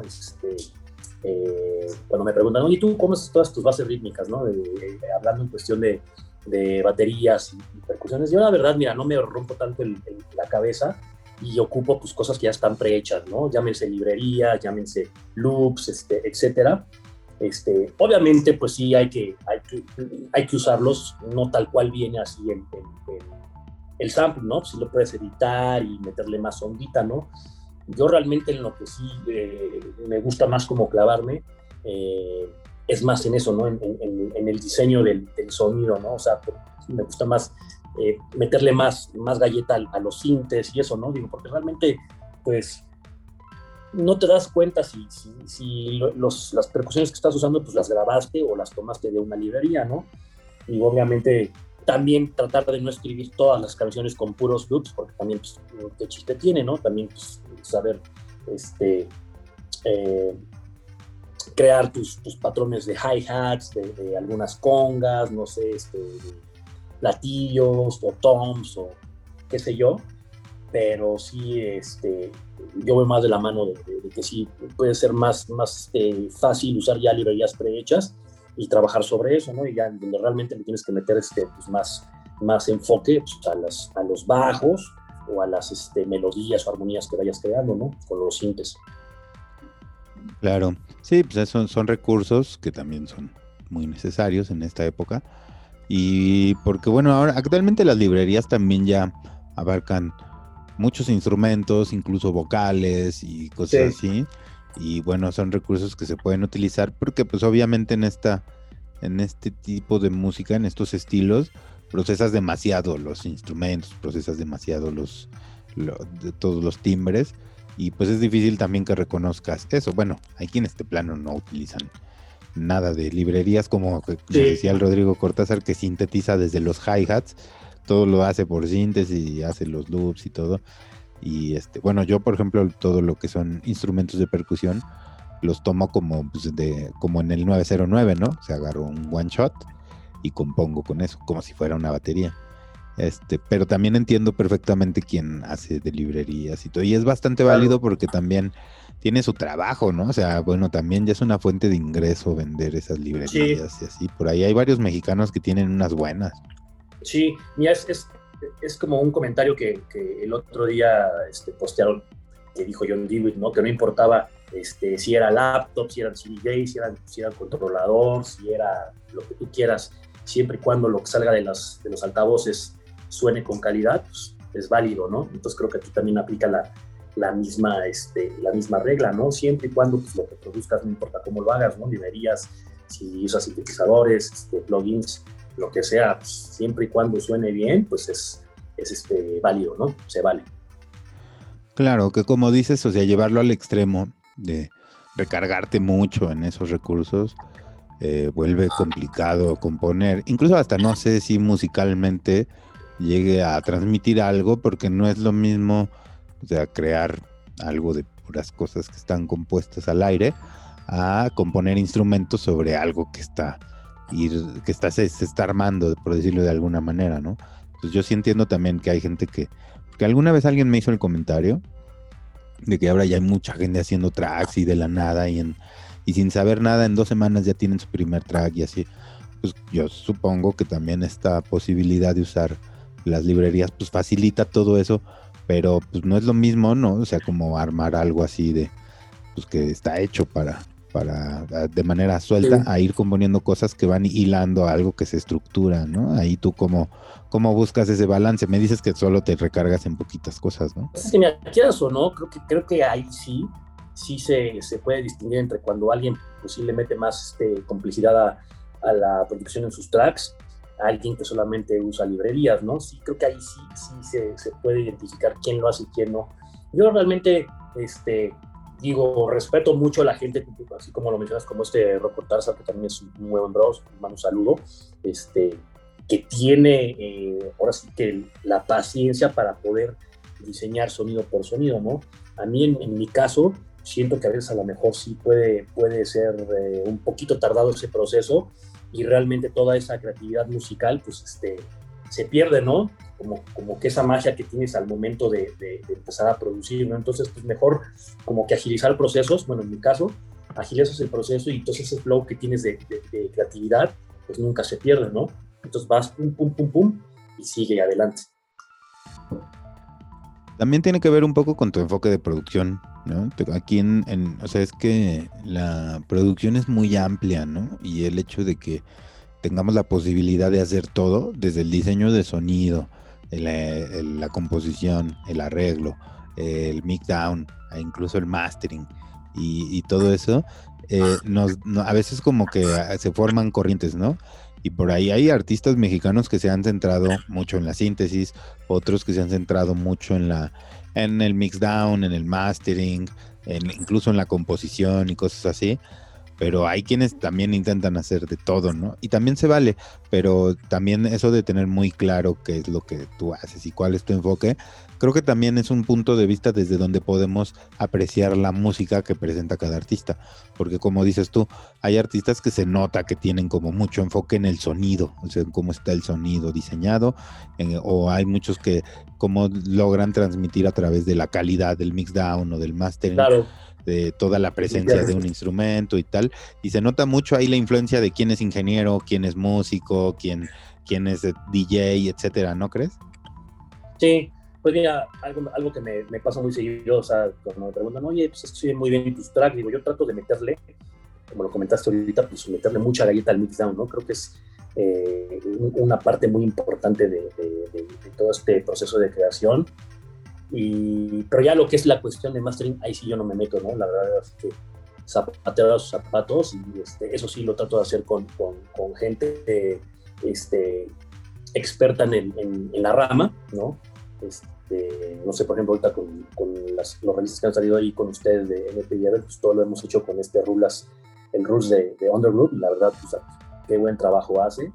Cuando me preguntan, oye, ¿tú cómo haces todas tus bases rítmicas, ¿no? Hablando en cuestión de baterías y percusiones. Yo, la verdad, mira, no me rompo tanto la cabeza y ocupo, pues, cosas que ya están prehechas, ¿no? Llámense librerías, llámense loops, etcétera. Obviamente, pues sí, hay que usarlos, no tal cual viene así en el sample, ¿no? Si lo puedes editar y meterle más ondita, ¿no? Yo realmente en lo que sí me gusta más como clavarme es más en eso, ¿no? En el diseño del sonido, ¿no? O sea, me gusta más meterle más galleta a los sintes y eso, ¿no? Digo, porque realmente, pues, no te das cuenta si las percusiones que estás usando, pues las grabaste o las tomaste de una librería, ¿no? Y obviamente también tratar de no escribir todas las canciones con puros loops, porque también, pues, qué chiste tiene, ¿no? También, pues, saber crear tus patrones de hi-hats, de algunas congas, no sé, platillos o toms o qué sé yo, pero sí, yo voy más de la mano de que sí puede ser más fácil usar ya librerías prehechas y trabajar sobre eso, ¿no? Y ya donde realmente le tienes que meter pues más enfoque, pues, a los bajos o a las melodías o armonías que vayas creando, ¿no? Con los sintes. Claro, sí, pues son recursos que también son muy necesarios en esta época. Y porque, bueno, ahora actualmente las librerías también ya abarcan muchos instrumentos, incluso vocales y cosas así. Y bueno, son recursos que se pueden utilizar porque, pues, obviamente en este tipo de música, en estos estilos, procesas demasiado los instrumentos, procesas demasiado de todos los timbres, y pues es difícil también que reconozcas eso. Bueno, hay quienes de plano no utilizan nada de librerías, como decía el Rodrigo Cortázar, que sintetiza desde los hi-hats, todo lo hace por síntesis y hace los loops y todo. Y bueno, yo por ejemplo, todo lo que son instrumentos de percusión los tomo como, pues, como en el 909, ¿no? O sea, agarro un one shot y compongo con eso, como si fuera una batería. Pero también entiendo perfectamente quién hace de librerías y todo. Y es bastante válido porque también tiene su trabajo, ¿no? O sea, bueno, también ya es una fuente de ingreso vender esas librerías y así. Por ahí hay varios mexicanos que tienen unas buenas. Sí, mira, es como un comentario que el otro día postearon, que dijo John Dewey, ¿no? Que no importaba si era laptop, si eran CD, si era controlador, si era lo que tú quieras, siempre y cuando lo que salga de los altavoces suene con calidad, pues es válido, ¿no? Entonces creo que aquí también aplica la misma regla, ¿no? Siempre y cuando, pues, lo que produzcas, no importa cómo lo hagas, ¿no? Librerías, si usas sintetizadores, plugins, lo que sea, pues, siempre y cuando suene bien, pues es válido, ¿no? Se vale. Claro, que como dices, o sea, llevarlo al extremo de recargarte mucho en esos recursos, vuelve complicado componer. Incluso hasta no sé si musicalmente llegue a transmitir algo, porque no es lo mismo, o sea, crear algo de puras cosas que están compuestas al aire, a componer instrumentos sobre algo que se está armando, por decirlo de alguna manera, ¿no? Pues yo sí entiendo también que hay gente que alguna vez alguien me hizo el comentario de que ahora ya hay mucha gente haciendo tracks y de la nada y sin saber nada en 2 semanas ya tienen su primer track y así. Pues yo supongo que también esta posibilidad de usar las librerías pues facilita todo eso, pero pues no es lo mismo, ¿no? O sea, como armar algo así de pues que está hecho para de manera suelta Sí. a ir componiendo cosas que van hilando a algo que se estructura, ¿no? Ahí tú cómo buscas ese balance. Me dices que solo te recargas en poquitas cosas, ¿no? Es que mira, quieras o no, creo que ahí sí se puede distinguir entre cuando alguien pues, sí le mete más complicidad a la producción en sus tracks, a alguien que solamente usa librerías, ¿no? Sí, creo que ahí sí se puede identificar quién lo hace y quién no. Yo realmente, digo, respeto mucho a la gente, así como lo mencionas, como Rocco Tarza, que también es un muy buen bro, un saludo, que tiene ahora sí que la paciencia para poder diseñar sonido por sonido, ¿no? A mí, en mi caso, siento que a veces a lo mejor sí puede ser un poquito tardado ese proceso y realmente toda esa creatividad musical, pues, se pierde, ¿no? Como que esa magia que tienes al momento de empezar a producir, ¿no? Entonces, pues mejor como que agilizar procesos, bueno, en mi caso, agilizas el proceso y entonces ese flow que tienes de creatividad, pues nunca se pierde, ¿no? Entonces vas pum, pum, pum, pum y sigue adelante. También tiene que ver un poco con tu enfoque de producción, ¿no? Aquí o sea, es que la producción es muy amplia, ¿no? Y el hecho de que tengamos la posibilidad de hacer todo, desde el diseño de sonido, la composición, el arreglo, el mixdown, e incluso el mastering y todo eso, a veces como que se forman corrientes, ¿no? Y por ahí hay artistas mexicanos que se han centrado mucho en la síntesis, otros que se han centrado mucho en el mixdown, en el mastering, incluso en la composición y cosas así. Pero hay quienes también intentan hacer de todo, ¿no? Y también se vale, pero también eso de tener muy claro qué es lo que tú haces y cuál es tu enfoque, creo que también es un punto de vista desde donde podemos apreciar la música que presenta cada artista. Porque como dices tú, hay artistas que se nota que tienen como mucho enfoque en el sonido, o sea, en cómo está el sonido diseñado, o hay muchos que cómo logran transmitir a través de la calidad del mixdown o del mastering. Claro. De toda la presencia de un instrumento y tal, y se nota mucho ahí la influencia de quién es ingeniero, quién es músico, quién es DJ, etcétera, ¿no crees? Sí, pues mira, algo que me pasa muy seguido, o sea, cuando me preguntan, oye, pues estoy muy bien tus tracks, digo, yo trato de meterle, como lo comentaste ahorita, pues meterle mucha galleta al mixdown, ¿no? Creo que es una parte muy importante de todo este proceso de creación. Pero ya lo que es la cuestión de mastering, ahí sí yo no me meto, ¿no? La verdad es que zapateo a los zapatos y eso sí lo trato de hacer con gente experta en la rama, ¿no? No sé, por ejemplo, ahorita con los revistas que han salido ahí con ustedes de NPI, pues todo lo hemos hecho con el Rules de Undergroup, y la verdad, pues qué buen trabajo hace.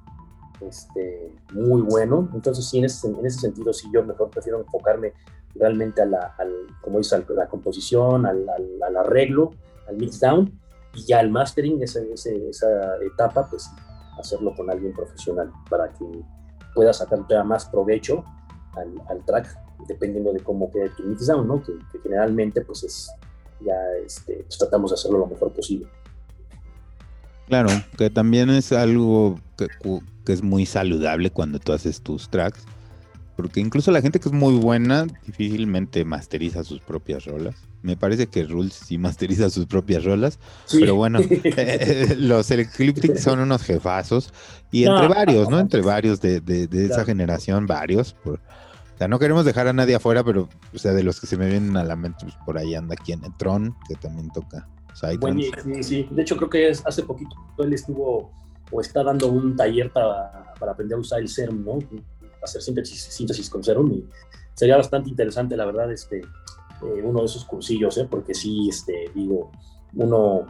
Muy bueno. Entonces sí, en ese sentido sí yo mejor prefiero enfocarme realmente como dice, a la composición, al arreglo, al mixdown, y ya el mastering, esa etapa, pues hacerlo con alguien profesional para que pueda sacar más provecho al track, dependiendo de cómo quede tu mixdown, ¿no? Que generalmente pues pues tratamos de hacerlo lo mejor posible. Claro, que también es algo que es muy saludable cuando tú haces tus tracks, porque incluso la gente que es muy buena difícilmente masteriza sus propias rolas. Me parece que Rules sí masteriza sus propias rolas, sí. Pero bueno, los Ecliptic son unos jefazos, y entre varios, ¿no? Entre varios de esa generación, varios. O sea, no queremos dejar a nadie afuera, pero o sea, de los que se me vienen a la mente, pues por ahí anda Tron, que también toca. Bueno, sí. De hecho, creo que hace poquito él estuvo o está dando un taller para aprender a usar el Serum, ¿no? Hacer síntesis con Serum, y sería bastante interesante, la verdad, uno de esos cursillos, porque sí, digo, uno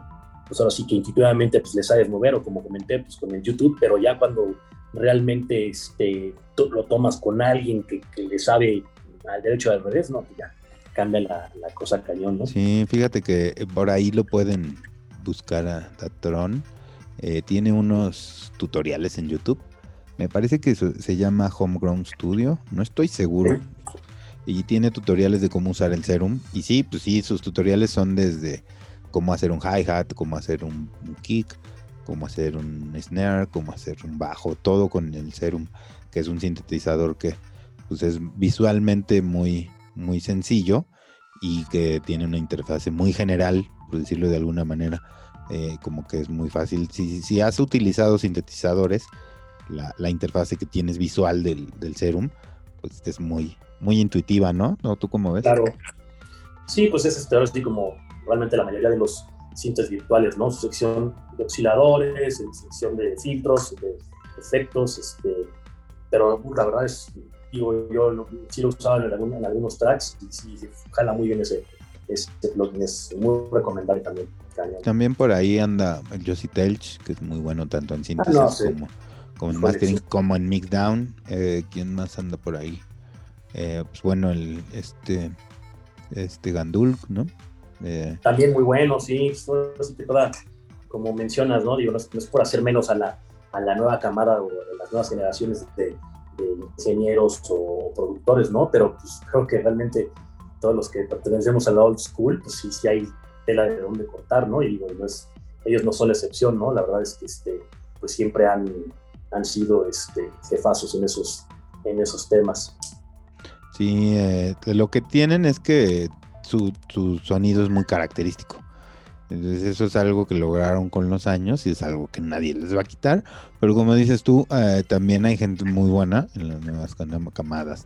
pues ahora sí que intuitivamente pues le sabes mover, o como comenté, pues con el YouTube, pero ya cuando realmente lo tomas con alguien que le sabe al derecho y al revés, ¿no? Pues ya cambia la cosa cañón, ¿no? Sí, fíjate que por ahí lo pueden buscar a Tron. Tiene unos tutoriales en YouTube. Me parece que se llama Homegrown Studio, no estoy seguro. Y tiene tutoriales de cómo usar el Serum. Y sí, pues sí, sus tutoriales son desde cómo hacer un hi-hat, cómo hacer un kick, cómo hacer un snare, cómo hacer un bajo, todo con el Serum, que es un sintetizador que pues es visualmente muy, muy sencillo y que tiene una interfase muy general, por decirlo de alguna manera, como que es muy fácil. Si has utilizado sintetizadores, la interfase que tienes visual del Serum, pues es muy, muy intuitiva, ¿no? ¿No? ¿Tú cómo ves? Claro. Sí, pues es ahora sí como realmente la mayoría de los sintes virtuales, ¿no? Su sección de osciladores, su sección de filtros, de efectos, pero la verdad es, digo, yo sí lo usaba en algunos tracks y sí jala muy bien ese plugin, es muy recomendable también. También por ahí anda el Josie Telch, que es muy bueno tanto en síntesis como en mastering, como en mixdown. ¿Quién más anda por ahí? Pues bueno, Gandulk, ¿no? También muy bueno, sí, como mencionas, ¿no? Digo, no es por hacer menos a la nueva camada o a las nuevas generaciones de ingenieros o productores, ¿no? Pero pues creo que realmente todos los que pertenecemos a la old school, pues sí hay tela de dónde cortar, ¿no? Y digo, ellos no son la excepción, ¿no? La verdad es que pues siempre han sido jefazos en esos temas. Sí, lo que tienen es que su sonido es muy característico. Entonces eso es algo que lograron con los años y es algo que nadie les va a quitar. Pero como dices tú, también hay gente muy buena en las nuevas camadas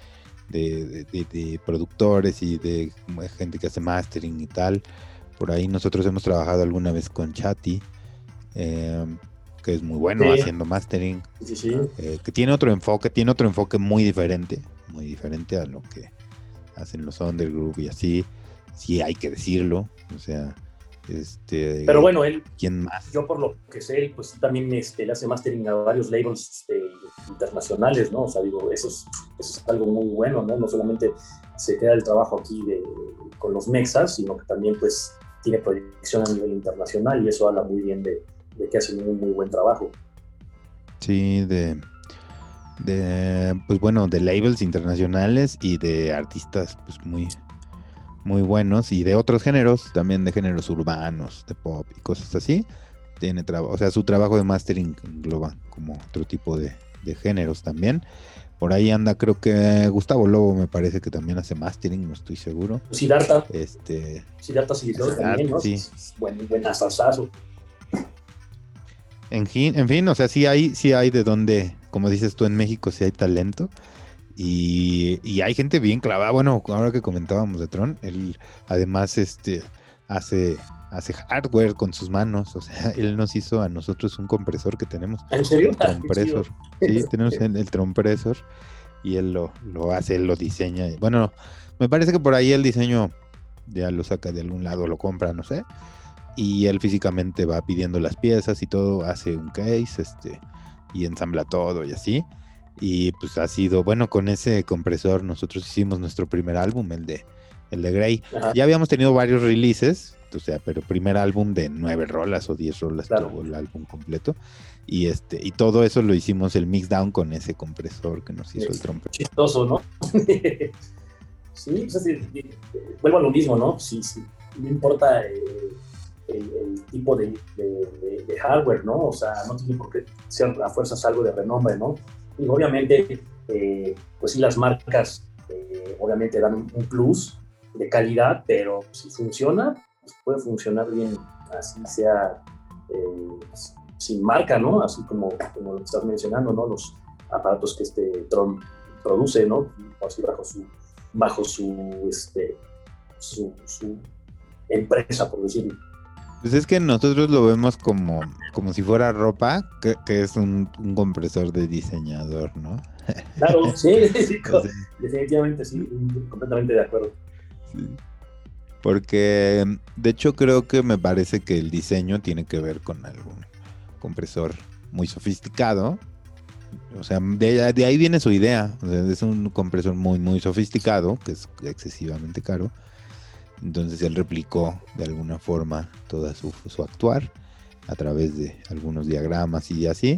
de productores y de gente que hace mastering y tal. Por ahí nosotros hemos trabajado alguna vez con Chatty, que es muy bueno haciendo mastering. Sí. Que tiene otro enfoque muy diferente a lo que hacen los undergroove y así. Sí, hay que decirlo. O sea, pero bueno, ¿quién más? Yo por lo que sé, pues sí también le hace mastering a varios labels internacionales, ¿no? O sea, digo, eso es algo muy bueno, ¿no? No solamente se queda el trabajo aquí con los mexas, sino que también pues tiene proyección a nivel internacional y eso habla muy bien de que hacen un muy buen trabajo. Sí, pues bueno, de labels internacionales y de artistas pues muy, muy buenos y de otros géneros, también de géneros urbanos, de pop y cosas así. O sea, su trabajo de mastering engloba como otro tipo de géneros también. Por ahí anda, creo que Gustavo Lobo me parece que también hace mastering, no estoy seguro. Siddhartha. Siddhartha también, ¿no? Sí. Es buen asasazo. En fin, o sea, sí hay de donde, como dices tú, en México sí hay talento. Y hay gente bien clavada. Bueno, ahora que comentábamos de Tron, él además hace hardware con sus manos. O sea, él nos hizo a nosotros un compresor que tenemos. ¿En serio? El Trompresor. Sí, tenemos el Trompresor. Y él lo hace, él lo diseña. Bueno, me parece que por ahí el diseño ya lo saca de algún lado, lo compra, no sé. Y él físicamente va pidiendo las piezas y todo, hace un case, y ensambla todo y así. Y pues ha sido, bueno, con ese compresor nosotros hicimos nuestro primer álbum, el de Grey. Ajá. Ya habíamos tenido varios releases, o sea, pero primer álbum de 9 rolas o 10 rolas, claro. Todo el álbum completo. Y todo eso lo hicimos el mixdown con ese compresor que nos hizo el trompeta. Chistoso, ¿no? Sí, pues vuelvo a lo mismo, ¿no? Sí, no importa el tipo de hardware, ¿no? O sea, no tiene por qué ser a fuerzas algo de renombre, ¿no? Y obviamente, pues sí, las marcas obviamente dan un plus de calidad, pero si funciona, pues puede funcionar bien, así sea sin marca, ¿no? Así como lo estás mencionando, ¿no? Los aparatos que Tron produce, ¿no? Así bajo su empresa, por decirlo. Pues es que nosotros lo vemos como si fuera ropa, que es un compresor de diseñador, ¿no? Claro, sí, definitivamente sí, completamente de acuerdo. Sí. Porque de hecho creo que me parece que el diseño tiene que ver con algún compresor muy sofisticado. O sea, de ahí viene su idea. O sea, es un compresor muy, muy sofisticado, que es excesivamente caro. Entonces él replicó de alguna forma toda su actuar a través de algunos diagramas y así.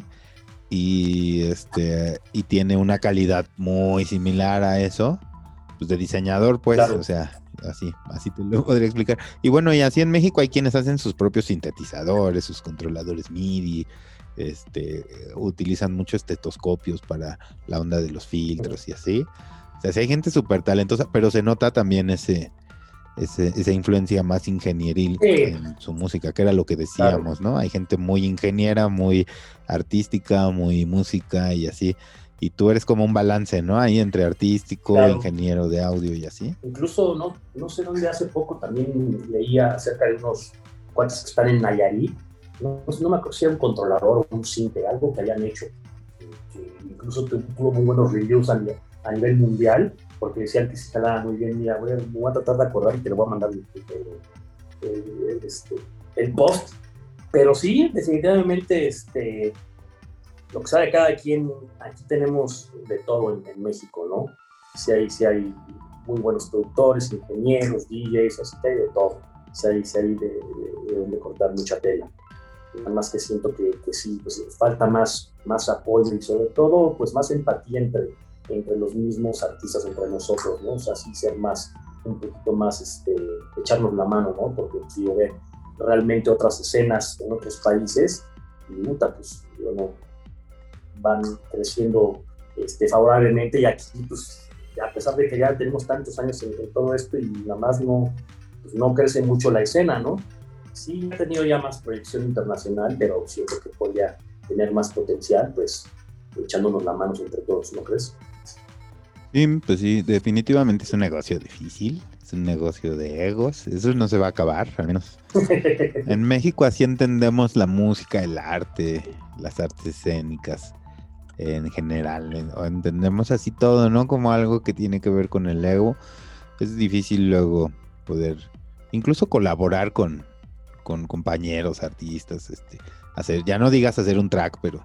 Y tiene una calidad muy similar a eso, pues de diseñador, pues, Claro. o sea, así te lo podría explicar. Y bueno, y así en México hay quienes hacen sus propios sintetizadores, sus controladores MIDI, utilizan muchos estetoscopios para la onda de los filtros y así. O sea, sí hay gente súper talentosa, pero se nota también esa influencia más ingenieril Sí, en su música, que era lo que claro. decíamos, ¿no? Hay gente muy ingeniera, muy artística, muy música y así. Y tú eres como un balance, ¿no? Ahí entre artístico, Claro. ingeniero de audio y así. Incluso no sé dónde hace poco también leía acerca de unos cuantos que están en Nayarit. No me acuerdo si era un controlador o un sinte, algo que hayan hecho. Que incluso tuvo muy buenos reviews a nivel mundial, porque decían que se instalaba muy bien. Mira, voy a tratar de acordar y te lo voy a mandar el post. Pero sí, definitivamente, lo que sabe cada quien, aquí tenemos de todo en México, ¿no? Sí hay muy buenos productores, ingenieros, DJs, así que hay de todo. Sí hay de donde cortar mucha tela. Nada más que siento que sí, pues falta más apoyo y sobre todo, pues más empatía entre los mismos artistas, entre nosotros, ¿no? O sea, sí ser un poquito más, echarnos la mano, ¿no? Porque, digo, ver realmente otras escenas en otros países, y pues, no, van creciendo favorablemente, y aquí, pues, a pesar de que ya tenemos tantos años en todo esto y nada más pues no crece mucho la escena, ¿no? Sí, ha tenido ya más proyección internacional, pero siento que podría tener más potencial, pues echándonos las manos entre todos, ¿no crees? Sí, pues sí, definitivamente es un negocio difícil, es un negocio de egos, eso no se va a acabar, al menos en México así entendemos la música, el arte, las artes escénicas en general, o entendemos así todo, ¿no? Como algo que tiene que ver con el ego. Es difícil luego poder incluso colaborar con compañeros, artistas, ya no digas hacer un track, pero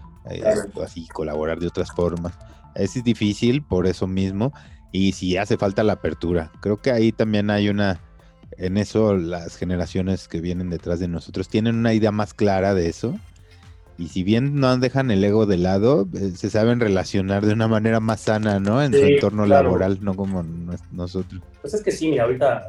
así colaborar de otras formas. Es difícil por eso mismo, y si hace falta la apertura. Creo que ahí también hay en eso las generaciones que vienen detrás de nosotros tienen una idea más clara de eso. Y si bien no dejan el ego de lado, se saben relacionar de una manera más sana, ¿no? En su Sí, entorno claro. laboral, no como nosotros. Pues es que sí, mira, ahorita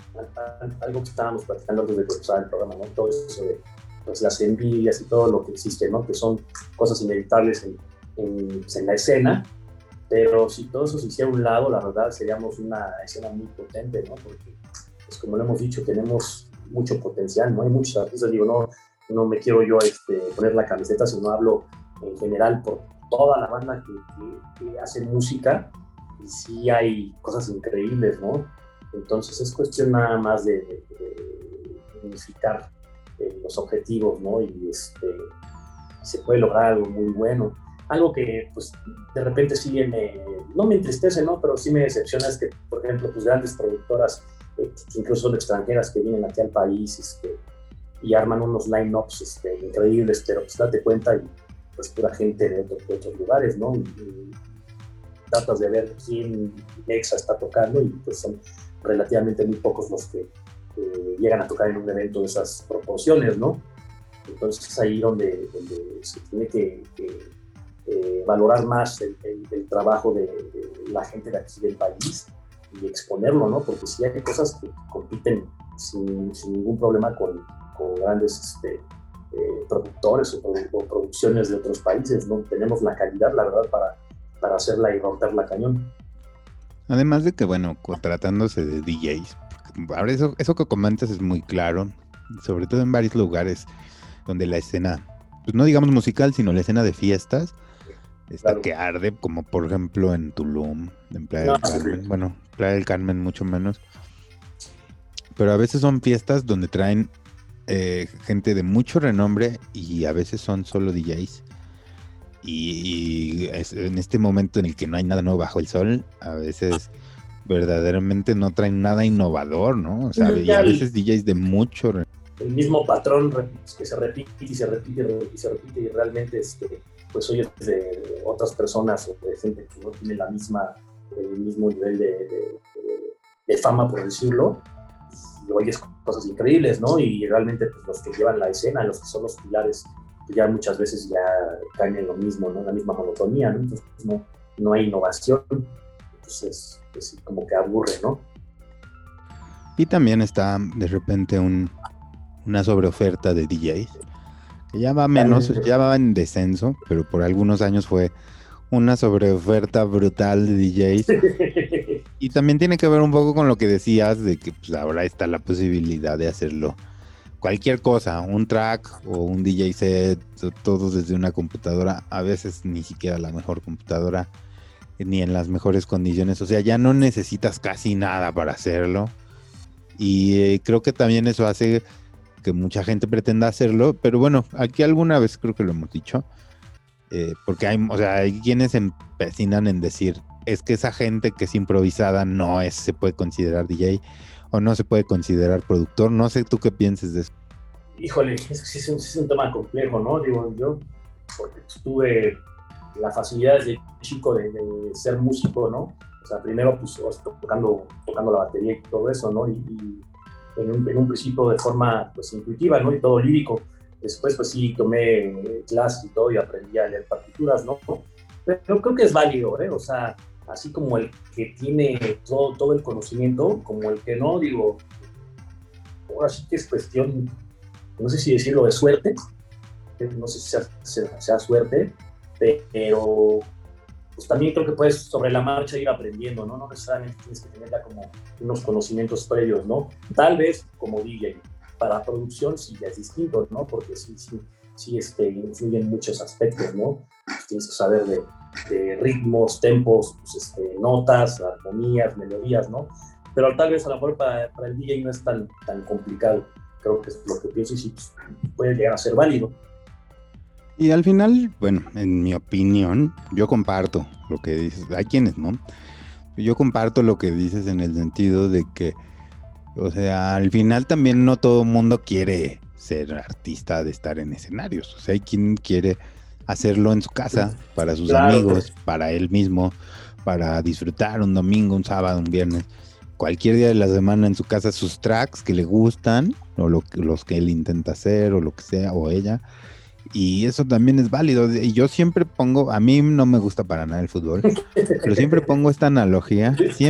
algo que estábamos platicando antes de comenzar el programa, ¿no? Todo eso de pues, las envidias y todo lo que existe, ¿no? Que son cosas inevitables en la escena, pero si todo eso se hiciera a un lado, la verdad seríamos una escena muy potente, ¿no? Porque, pues como lo hemos dicho, tenemos mucho potencial, ¿no? Hay muchos artistas, digo, no me quiero yo poner la camiseta, sino hablo en general por toda la banda que hace música, y sí hay cosas increíbles, ¿no? Entonces es cuestión nada más de unificar los objetivos, ¿no? Y se puede lograr algo muy bueno. Algo que, pues, de repente sí no me entristece, ¿no? Pero sí me decepciona es que, por ejemplo, pues grandes productoras, incluso son extranjeras, que vienen aquí al país, y arman unos line-ups increíbles, pero pues date cuenta, y pues pura gente de otros lugares, ¿no? Y tratas de ver quién Nexa está tocando, y pues son relativamente muy pocos los que llegan a tocar en un evento de esas proporciones, ¿no? Entonces es ahí donde se tiene que valorar más el trabajo de la gente de aquí del país y exponerlo, ¿no? Porque sí hay cosas que compiten sin ningún problema con grandes productores o producciones de otros países, ¿no? Tenemos la calidad, la verdad, para hacerla y romperla cañón. Además de que, bueno, tratándose de DJs, ahora eso que comentas es muy claro, sobre todo en varios lugares donde la escena, pues no digamos musical, sino la escena de fiestas, está Claro. que arde, como por ejemplo en Tulum, en Playa del Carmen, Sí. bueno, Playa del Carmen mucho menos, pero a veces son fiestas donde traen gente de mucho renombre y a veces son solo DJs. Y en este momento en el que no hay nada nuevo bajo el sol, a veces verdaderamente no traen nada innovador, ¿no? O sea, y a veces DJs de mucho... El mismo patrón que se repite y se repite y se repite y realmente pues oyes de otras personas o de gente que no tiene el mismo nivel de fama, por decirlo, y oyes cosas increíbles, ¿no? Y realmente pues, los que llevan la escena, los que son los pilares, pues, ya muchas veces ya caen en lo mismo, ¿no? En la misma monotonía, ¿no? Entonces no hay innovación, entonces pues, como que aburre, ¿no? Y también está de repente una sobreoferta de DJs, que ya va menos, ya va en descenso, pero por algunos años fue una sobreoferta brutal de DJs. Y también tiene que ver un poco con lo que decías, de que pues, ahora está la posibilidad de hacerlo cualquier cosa, un track o un DJ set, todo desde una computadora, a veces ni siquiera la mejor computadora, ni en las mejores condiciones, o sea, ya no necesitas casi nada para hacerlo. Y creo que también eso hace que mucha gente pretenda hacerlo, pero bueno, aquí alguna vez creo que lo hemos dicho, porque hay quienes se empecinan en decir, es que esa gente que es improvisada se puede considerar DJ o no se puede considerar productor. No sé tú qué pienses de eso. Híjole, es un tema complejo, ¿no? Digo, yo, porque tuve la facilidad desde chico de ser músico, ¿no? O sea, primero pues tocando la batería y todo eso, ¿no? Y en un principio de forma pues intuitiva, ¿no? Y todo lírico. Después pues sí tomé clases y todo y aprendí a leer partituras, ¿no? Pero creo que es válido, ¿eh? O sea, así como el que tiene todo el conocimiento, como el que no, digo, ahora sí que es cuestión, no sé si decirlo de suerte, no sé si sea suerte, pero pues también creo que puedes sobre la marcha ir aprendiendo, ¿no? No necesariamente tienes que tener ya como unos conocimientos previos, ¿no? Tal vez como DJ, para producción sí ya es distinto, ¿no? Porque sí influyen muchos aspectos, ¿no? Pues tienes que saber de ritmos, tempos, pues notas, armonías, melodías, ¿no? Pero tal vez a lo mejor para el DJ no es tan complicado. Creo que es lo que pienso y sí pues, puede llegar a ser válido. Y al final, bueno, en mi opinión, yo comparto lo que dices. Hay quienes no. Yo comparto lo que dices en el sentido de que, o sea, al final también no todo el mundo quiere ser artista de estar en escenarios. O sea, hay quien quiere hacerlo en su casa, para sus amigos, para él mismo, para disfrutar un domingo, un sábado, un viernes, cualquier día de la semana en su casa, sus tracks que le gustan, o los que él intenta hacer, o lo que sea, o ella. Y eso también es válido. Y yo siempre pongo, a mí no me gusta para nada el fútbol, pero siempre pongo esta analogía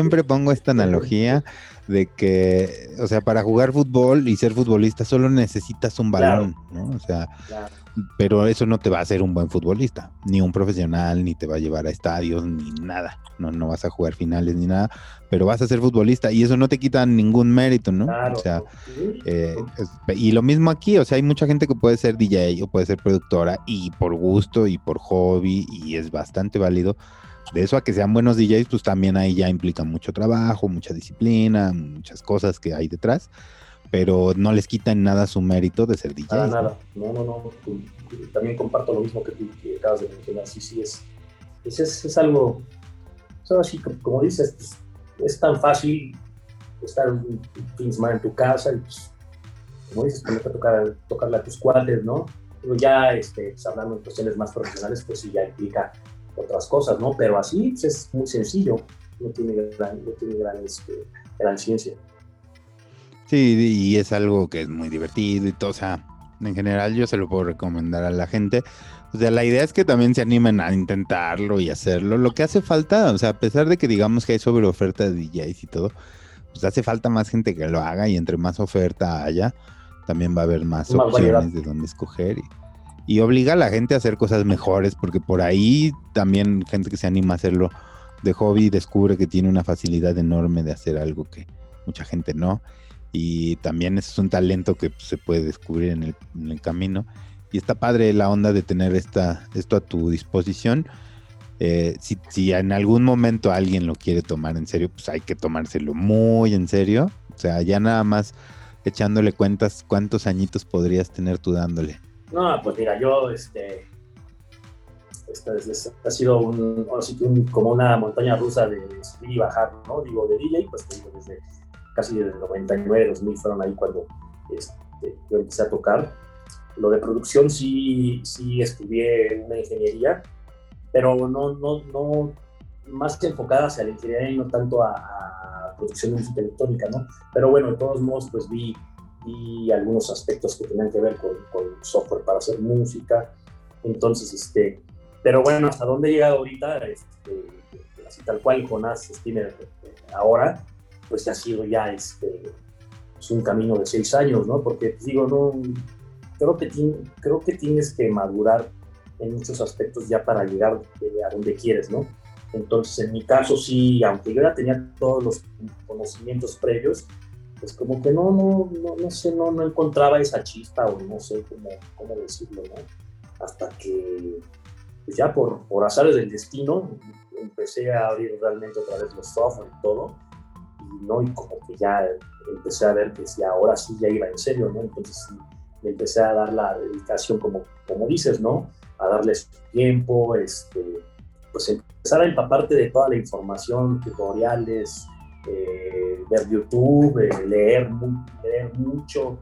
de que, o sea, para jugar fútbol y ser futbolista solo necesitas un balón, ¿no? O sea, pero eso no te va a hacer un buen futbolista, ni un profesional, ni te va a llevar a estadios, ni nada. No vas a jugar finales ni nada, pero vas a ser futbolista y eso no te quita ningún mérito, ¿no? Claro. O sea, y lo mismo aquí, o sea, hay mucha gente que puede ser DJ o puede ser productora y por gusto y por hobby y es bastante válido. De eso a que sean buenos DJs, pues también ahí ya implica mucho trabajo, mucha disciplina, muchas cosas que hay detrás, pero no les quita en nada su mérito de ser DJs. Nada. No. También comparto lo mismo que tú que acabas de mencionar. Sí, es algo, así como dices, pues, es tan fácil estar un fin de semana en tu casa y pues, como dices, ponerte a tocarle a tus cuates, ¿no? Pero ya pues, hablando de cuestiones más profesionales, pues sí ya implica otras cosas, ¿no? Pero así pues, es muy sencillo, no tiene gran ciencia. Sí, y es algo que es muy divertido y todo, o sea, en general yo se lo puedo recomendar a la gente. O sea, la idea es que también se animen a intentarlo y hacerlo. Lo que hace falta, o sea, a pesar de que digamos que hay sobreoferta de DJs y todo, pues hace falta más gente que lo haga y entre más oferta haya, también va a haber más opciones de dónde escoger y obliga a la gente a hacer cosas mejores, porque por ahí también gente que se anima a hacerlo de hobby descubre que tiene una facilidad enorme de hacer algo que mucha gente no. Y también es un talento que pues, se puede descubrir en el camino. Y está padre la onda de tener esto a tu disposición. Si en algún momento alguien lo quiere tomar en serio, pues hay que tomárselo muy en serio. O sea, ya nada más echándole cuentas, ¿cuántos añitos podrías tener tú dándole? No, pues mira, yo ha sido como una montaña rusa de subir y bajar, ¿no? Digo, de DJ, pues te digo, casi desde el 99, 2000 fueron ahí cuando yo empecé a tocar. Lo de producción sí estudié una ingeniería, pero no más que enfocada hacia la ingeniería y no tanto a producción de música electrónica, ¿no? Pero bueno, de todos modos, pues vi algunos aspectos que tenían que ver con software para hacer música. Entonces, pero bueno, hasta dónde he llegado ahorita, así tal cual Jonás tiene ahora, pues ha sido ya es un camino de 6 años, ¿no? Porque pues, digo, no, creo que tienes que madurar en muchos aspectos ya para llegar a donde quieres, ¿no? Entonces, en mi caso sí, aunque yo ya tenía todos los conocimientos previos, pues como que no sé, no encontraba esa chispa o no sé cómo decirlo, ¿no? Hasta que pues ya por azares del destino empecé a abrir realmente otra vez los software y todo, y como que ya empecé a ver que si ahora sí ya iba en serio, ¿no? Entonces sí, le empecé a dar la dedicación como dices, ¿no? A darle su tiempo, pues empezar a empaparte de toda la información, tutoriales, ver YouTube, leer mucho,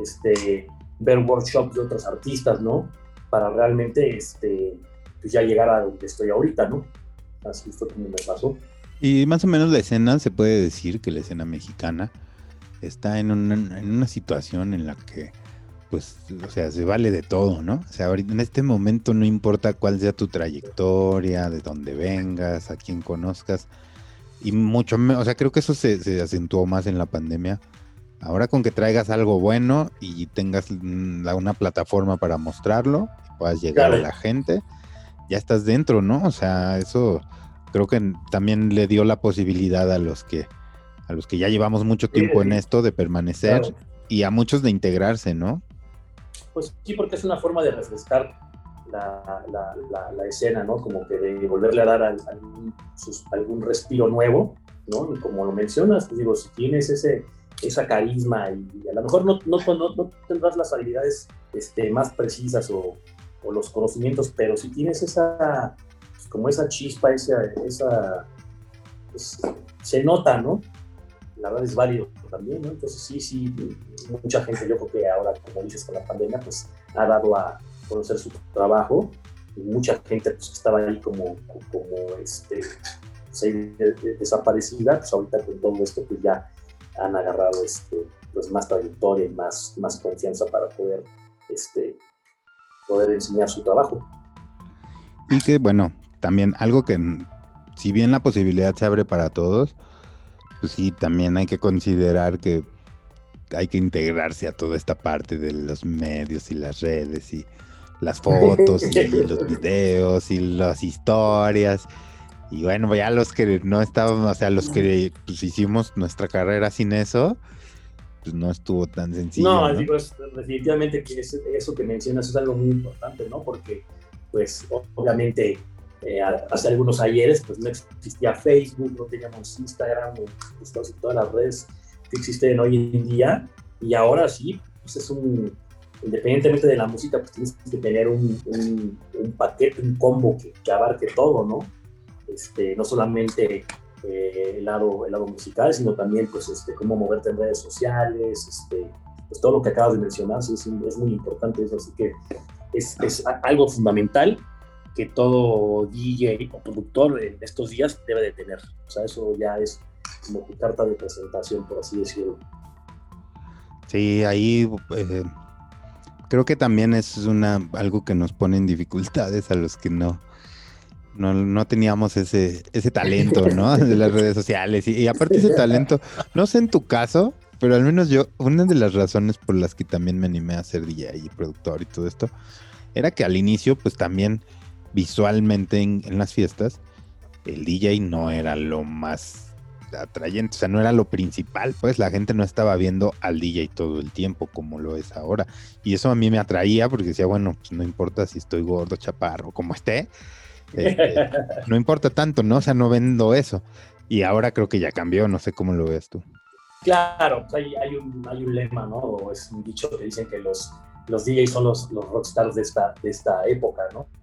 ver workshops de otros artistas, ¿no? Para realmente pues ya llegar a donde estoy ahorita, ¿no? Así fue como me pasó. Y más o menos la escena, se puede decir que la escena mexicana está en una situación en la que, pues, o sea, se vale de todo, ¿no? O sea, ahorita en este momento no importa cuál sea tu trayectoria, de dónde vengas, a quién conozcas, y mucho, o sea, creo que eso se acentuó más en la pandemia. Ahora con que traigas algo bueno y tengas una plataforma para mostrarlo, y puedas llegar Claro. a la gente, ya estás dentro, ¿no? O sea, eso creo que también le dio la posibilidad a los que ya llevamos mucho tiempo en esto de permanecer, claro. y a muchos de integrarse, ¿no? Pues sí, porque es una forma de refrescar la escena, ¿no? Como que de volverle a dar algún respiro nuevo, ¿no? Y como lo mencionas, pues digo, si tienes esa carisma y a lo mejor no tendrás las habilidades más precisas o los conocimientos, pero si tienes pues como esa chispa, pues, se nota, ¿no? La verdad es válido también, ¿no? Entonces sí, mucha gente, yo creo que ahora, como dices, con la pandemia, pues ha dado a conocer su trabajo, y mucha gente pues estaba ahí como pues, ahí desaparecida, pues ahorita con todo esto pues ya han agarrado pues más trayectoria y más confianza para poder enseñar su trabajo. Y que bueno, también algo que, si bien la posibilidad se abre para todos, pues sí, también hay que considerar que hay que integrarse a toda esta parte de los medios y las redes y las fotos y los videos y las historias. Y bueno, ya los que no estábamos, o sea, los que pues hicimos nuestra carrera sin eso, pues no estuvo tan sencillo, ¿no? Digo, definitivamente que eso que mencionas es algo muy importante, ¿no? Porque, pues, obviamente, hace algunos ayeres, pues no existía Facebook, no teníamos Instagram, pues, todas las redes que existen hoy en día, y ahora sí, pues independientemente de la música, pues tienes que tener un paquete, un combo que abarque todo, ¿no? No solamente el lado musical, sino también pues cómo moverte en redes sociales, pues todo lo que acabas de mencionar, sí, es muy importante eso, así que es algo fundamental que todo DJ o productor en estos días debe de tener. O sea, eso ya es como tu carta de presentación, por así decirlo. Sí, ahí creo que también es algo que nos pone en dificultades a los que no teníamos ese talento, ¿no? De las redes sociales. Y aparte ese talento, no sé en tu caso, pero al menos yo, una de las razones por las que también me animé a ser DJ y productor y todo esto, era que al inicio, pues también visualmente en las fiestas, el DJ no era lo más atrayente, o sea, no era lo principal, pues la gente no estaba viendo al DJ todo el tiempo como lo es ahora. Y eso a mí me atraía porque decía, bueno, pues no importa si estoy gordo, chaparro, como esté, no importa tanto, ¿no? O sea, no vendo eso. Y ahora creo que ya cambió, no sé cómo lo ves tú. Claro, pues hay un lema, ¿no? O es un dicho que dicen que los DJs son los rockstars de esta época, ¿no?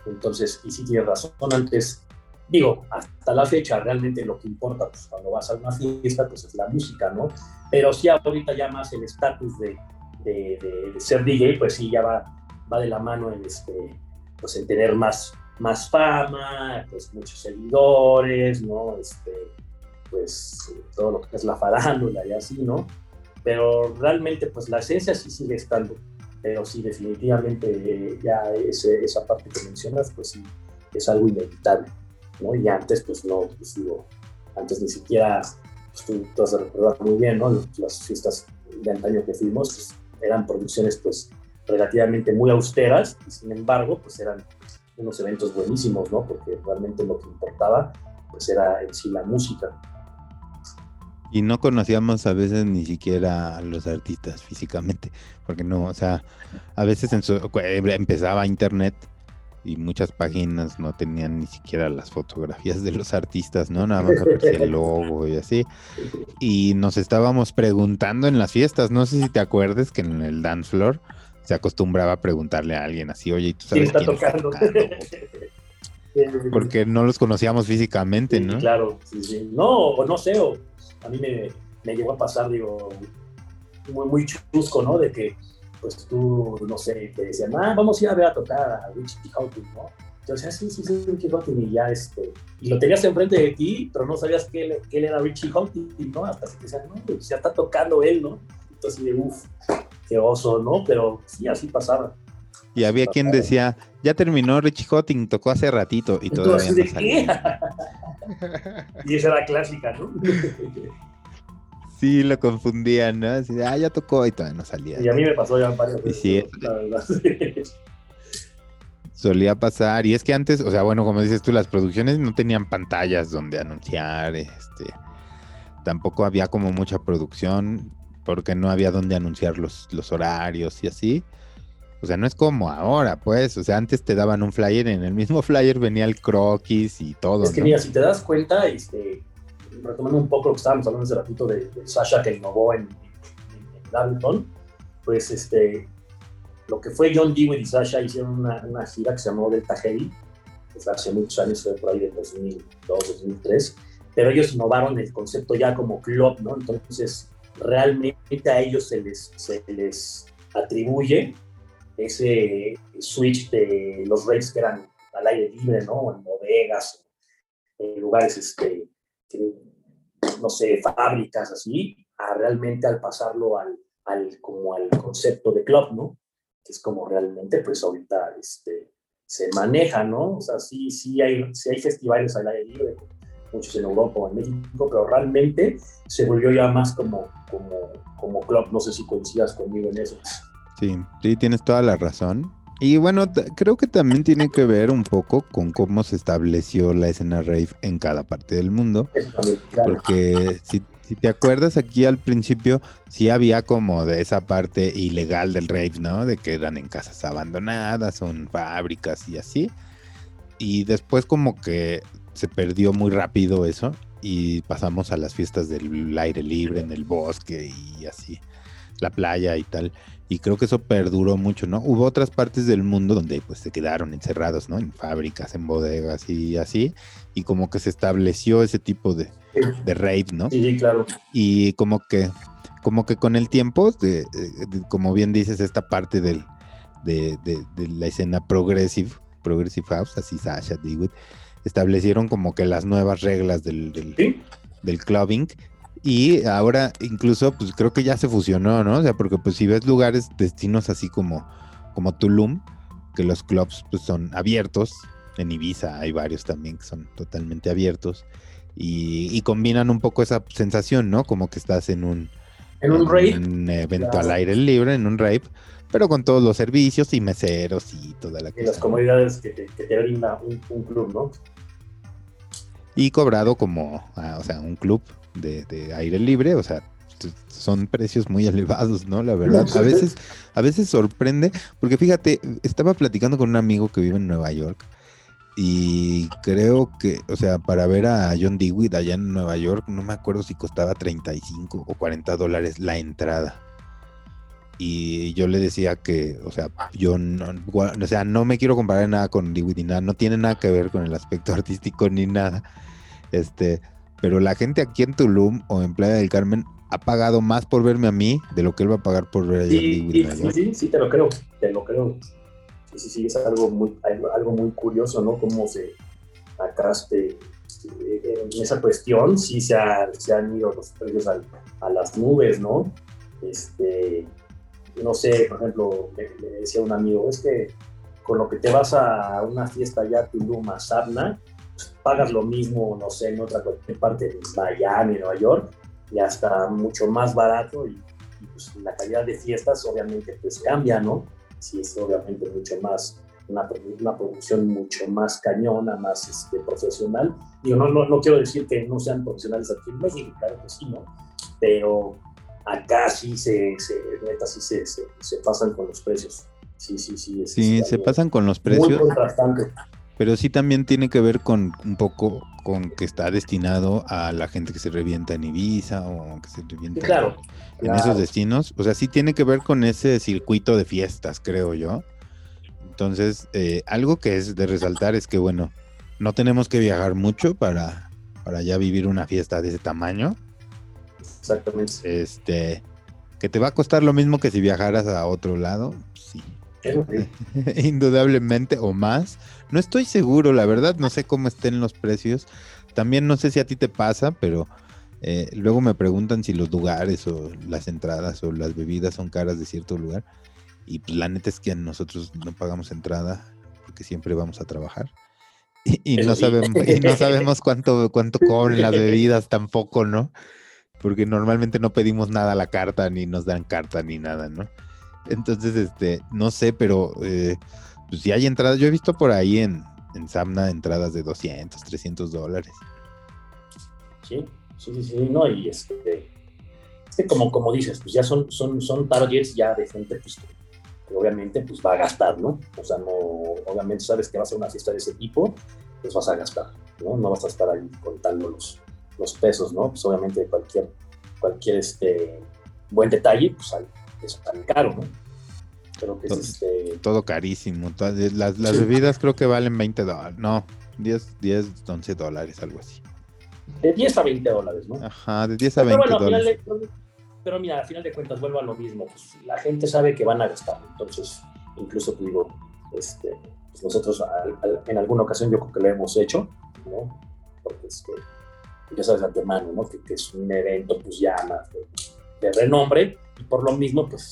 Entonces, y sí tienes razón, antes, digo, hasta la fecha realmente lo que importa pues, cuando vas a una fiesta pues es la música, ¿no? Pero sí ahorita ya más el estatus de ser DJ, pues sí ya va de la mano en, pues, en tener más fama, pues muchos seguidores, ¿no? Pues todo lo que es la farándula y así, ¿no? Pero realmente pues la esencia sí sigue estando, pero sí definitivamente ya esa parte que mencionas pues sí es algo inevitable, ¿no? Y antes pues no, pues digo, antes ni siquiera, pues tú vas a recordar muy bien, ¿no? Las fiestas de antaño que fuimos pues, eran producciones pues relativamente muy austeras y sin embargo pues eran unos eventos buenísimos, ¿no? Porque realmente lo que importaba pues era en sí la música. Y no conocíamos a veces ni siquiera a los artistas físicamente, porque no, o sea, a veces empezaba internet y muchas páginas no tenían ni siquiera las fotografías de los artistas, ¿no? Nada más aparecía el logo y así. Y nos estábamos preguntando en las fiestas, no sé si te acuerdas que en el dance floor se acostumbraba a preguntarle a alguien así, oye, ¿y tú sabes quién está tocando? Porque no los conocíamos físicamente, sí, ¿no? Claro, sí. No, o no sé, o a mí me llegó a pasar, digo, muy chusco, ¿no? De que, pues tú, no sé, te decían, vamos a ir a ver a tocar a Richie Hawtin, ¿no? Entonces, sí, Richie Hawtin, y ya, y lo tenías enfrente de ti, pero no sabías que él era Richie Hawtin, ¿no? Hasta que te decían, no, pues ya está tocando él, ¿no? Entonces, qué oso, ¿no? Pero sí, así pasaba. Y había quien decía, ya terminó Richie Hawtin, tocó hace ratito y todavía no salía. Y esa era clásica, ¿no? Sí, lo confundían, ¿no? Así, ya tocó y todavía no salía. Y a mí me pasó ya varias veces. Sí, la verdad. solía pasar. Y es que antes, o sea, bueno, como dices tú, las producciones no tenían pantallas donde anunciar, tampoco había como mucha producción porque no había donde anunciar los horarios y así. O sea, no es como ahora, pues. O sea, antes te daban un flyer, en el mismo flyer venía el croquis y todo, Es que ¿no? mira, si te das cuenta, retomando un poco lo que estábamos hablando hace ratito de Sasha que innovó en Ableton, pues lo que fue John Dewey y Sasha hicieron una gira que se llamó Delta Heavy, que fue hace muchos años, fue por ahí de 2002, 2003, pero ellos innovaron el concepto ya como club, ¿no? Entonces, realmente a ellos se les atribuye ese switch de los raves que eran al aire libre, ¿no? En bodegas, en lugares, no sé, fábricas, así, a realmente al pasarlo como al concepto de club, ¿no? Que es como realmente, pues ahorita se maneja, ¿no? O sea, sí hay festivales al aire libre, muchos en Europa o en México, pero realmente se volvió ya más como club. No sé si coincidas conmigo en eso. Sí, tienes toda la razón. Y bueno, creo que también tiene que ver un poco con cómo se estableció la escena rave en cada parte del mundo. También, claro. Porque si te acuerdas, aquí al principio sí había como de esa parte ilegal del rave, ¿no? De que eran en casas abandonadas o en fábricas y así. Y después como que se perdió muy rápido eso y pasamos a las fiestas del aire libre, en el bosque y así, la playa y tal. Y creo que eso perduró mucho, ¿no? Hubo otras partes del mundo donde pues se quedaron encerrados, ¿no? En fábricas, en bodegas y así. Y como que se estableció ese tipo de rave, ¿no? Sí, claro. Y como que con el tiempo, como bien dices, esta parte de la escena progressive house, así Sasha, Dewitt, establecieron como que las nuevas reglas del clubbing. Y ahora incluso pues creo que ya se fusionó, ¿no? O sea, porque pues si ves lugares, destinos así como Tulum, que los clubs pues son abiertos, en Ibiza hay varios también que son totalmente abiertos y combinan un poco esa sensación, ¿no? Como que estás en un evento claro, al aire libre, en un rave, pero con todos los servicios y meseros y toda la y cosa. las comodidades que te brinda un club, ¿no? Y cobrado como, o sea, un club de aire libre, o sea, son precios muy elevados, ¿no? La verdad, a veces sorprende, porque fíjate, estaba platicando con un amigo que vive en Nueva York y creo que, o sea, para ver a John Dewey allá en Nueva York, no me acuerdo si costaba $35 o $40 la entrada. y yo le decía que, o sea, yo no me quiero comparar en nada con Liwit ni nada, no tiene nada que ver con el aspecto artístico ni nada, este, pero la gente aquí en Tulum o en Playa del Carmen ha pagado más por verme a mí de lo que él va a pagar por ver a Jordi Witt en Nueva York. Sí, te lo creo. Sí, es algo muy curioso, ¿no? Cómo acá en esa cuestión sí se han ido los precios a las nubes, ¿no? No sé, por ejemplo, le decía a un amigo, es que con lo que te vas a una fiesta allá a Tulum, a Sabna, pues, pagas lo mismo, no sé, en otra parte de Miami, Nueva York, ya está mucho más barato y pues la calidad de fiestas obviamente pues cambia, ¿no? Sí, es obviamente mucho más, una producción mucho más cañona, más profesional. Digo, no quiero decir que no sean profesionales aquí en México, claro que sí, ¿no? Pero acá sí se pasan con los precios. Sí, se pasan con los precios. Muy contrastante. Pero sí también tiene que ver con un poco con que está destinado a la gente que se revienta en Ibiza o que se revienta en esos destinos. O sea, sí tiene que ver con ese circuito de fiestas, creo yo. Entonces, algo que es de resaltar es que, bueno, no tenemos que viajar mucho para ya vivir una fiesta de ese tamaño. Exactamente. Que te va a costar lo mismo que si viajaras a otro lado, sí. Indudablemente o más. No estoy seguro, la verdad, no sé cómo estén los precios. También no sé si a ti te pasa, pero luego me preguntan si los lugares o las entradas o las bebidas son caras de cierto lugar. Y pues la neta es que nosotros no pagamos entrada porque siempre vamos a trabajar. Y no sabemos cuánto cobran las bebidas tampoco, ¿no? Porque normalmente no pedimos nada a la carta, ni nos dan carta, ni nada, ¿no? Entonces, no sé, pero pues si hay entradas, yo he visto por ahí en Sabna entradas de $200, $300. Sí, no, y como dices, pues ya son targets ya de gente pues, que obviamente pues va a gastar, ¿no? O sea, obviamente sabes que va a ser una fiesta de ese tipo, pues vas a gastar, ¿no? No vas a estar ahí contando los pesos, ¿no? Pues obviamente cualquier buen detalle, pues es tan caro, ¿no? Creo que es todo carísimo. Las bebidas creo que valen $20, no, $10, $11, algo así. De $10 a $20, ¿no? Ajá, de $10 a $20. Pero mira, al final de cuentas vuelvo a lo mismo. Pues, la gente sabe que van a gastar. Entonces, incluso te digo, pues nosotros en alguna ocasión yo creo que lo hemos hecho, ¿no? Porque ya sabes de antemano, ¿no? Que es un evento pues ya más de renombre y por lo mismo pues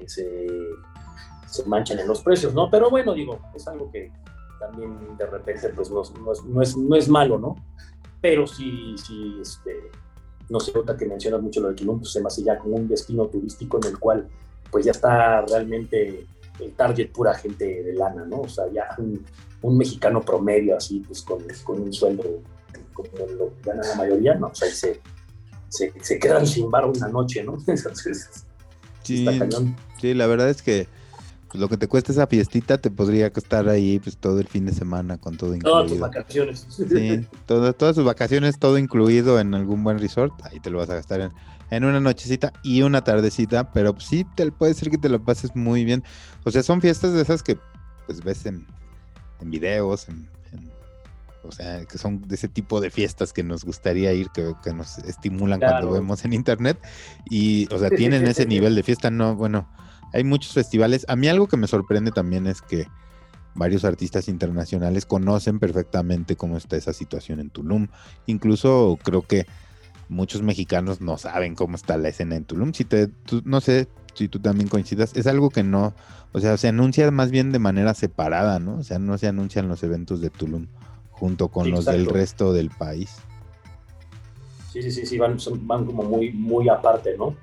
se manchan en los precios, ¿no? Pero bueno, digo, es algo que también de repente pues no es malo, ¿no? Pero sí, no sé, otra que mencionas mucho lo de Tulum, pues se me hace ya como un destino turístico en el cual pues ya está realmente el target pura gente de lana, ¿no? O sea, ya un mexicano promedio así, pues con un sueldo como lo que gana la mayoría, ¿no? O sea, se quedan sin bar una noche, ¿no? Entonces, sí, la verdad es que pues, lo que te cuesta esa fiestita te podría costar ahí pues todo el fin de semana con todo incluido. Todas tus vacaciones. Sí, todas sus vacaciones, todo incluido en algún buen resort, ahí te lo vas a gastar en una nochecita y una tardecita, pero pues, sí, puede ser que te lo pases muy bien. O sea, son fiestas de esas que pues ves en videos, o sea, que son de ese tipo de fiestas que nos gustaría ir, que nos estimulan cuando vemos en internet. Y, o sea, tienen ese nivel de fiesta, no, bueno, hay muchos festivales. A mí algo que me sorprende también es que varios artistas internacionales conocen perfectamente cómo está esa situación en Tulum. Incluso creo que muchos mexicanos no saben cómo está la escena en Tulum. No sé si tú también coincidas, es algo que no, o sea, se anuncia más bien de manera separada, ¿no? O sea, no se anuncian los eventos de Tulum junto con los del resto del país. Sí, van como muy, muy aparte, ¿no?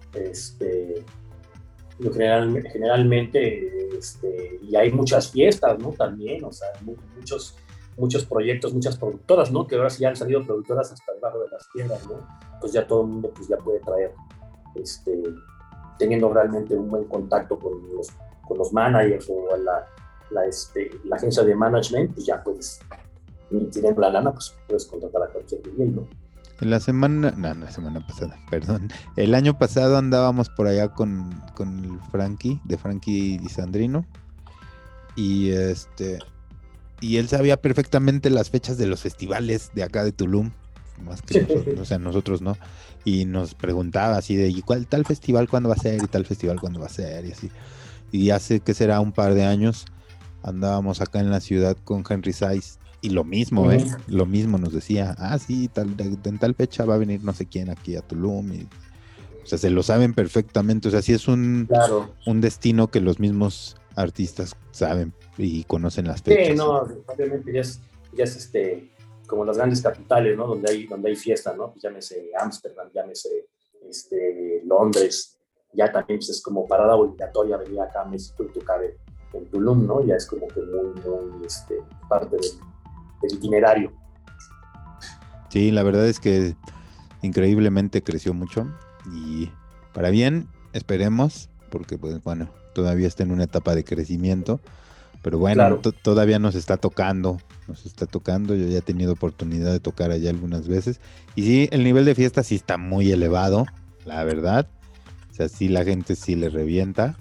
Generalmente, y hay muchas fiestas, ¿no? También, o sea, muchos proyectos, muchas productoras, ¿no? Que ahora sí han salido productoras hasta debajo de las piedras, ¿no? Pues ya todo el mundo pues ya puede traer, teniendo realmente un buen contacto con los managers o la agencia de management, pues ya puedes, teniendo la lana, pues puedes contratar a cualquier día, ¿no? La semana pasada, perdón. El año pasado andábamos por allá con el Frankie, de Frankie y Sandrino. Y y él sabía perfectamente las fechas de los festivales de acá de Tulum, más que nosotros, o sea, nosotros no. Y nos preguntaba así de, ¿y cuál tal festival cuándo va a ser? Y tal festival cuándo va a ser, y así. Y hace que será un par de años andábamos acá en la ciudad con Henry Saiz y lo mismo, lo mismo nos decía, sí, en tal fecha va a venir no sé quién aquí a Tulum. O sea, se lo saben perfectamente, o sea, sí es Claro. un destino que los mismos artistas saben y conocen las Sí, fechas. no, obviamente ya es como las grandes capitales, ¿no? Donde hay fiesta, ¿no? Pues llámese Ámsterdam, llámese Londres, ya también pues, es como parada obligatoria venir acá a México y tocar en Tulum, ¿no? Ya es como que muy parte del itinerario. Sí, la verdad es que increíblemente creció mucho y para bien, esperemos, porque pues bueno, todavía está en una etapa de crecimiento, pero bueno, Claro. todavía nos está tocando, yo ya he tenido oportunidad de tocar allá algunas veces y sí, el nivel de fiesta sí está muy elevado, la verdad, o sea, sí la gente sí le revienta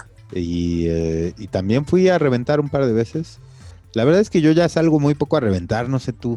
y también fui a reventar un par de veces. La verdad es que yo ya salgo muy poco a reventar, no sé tú.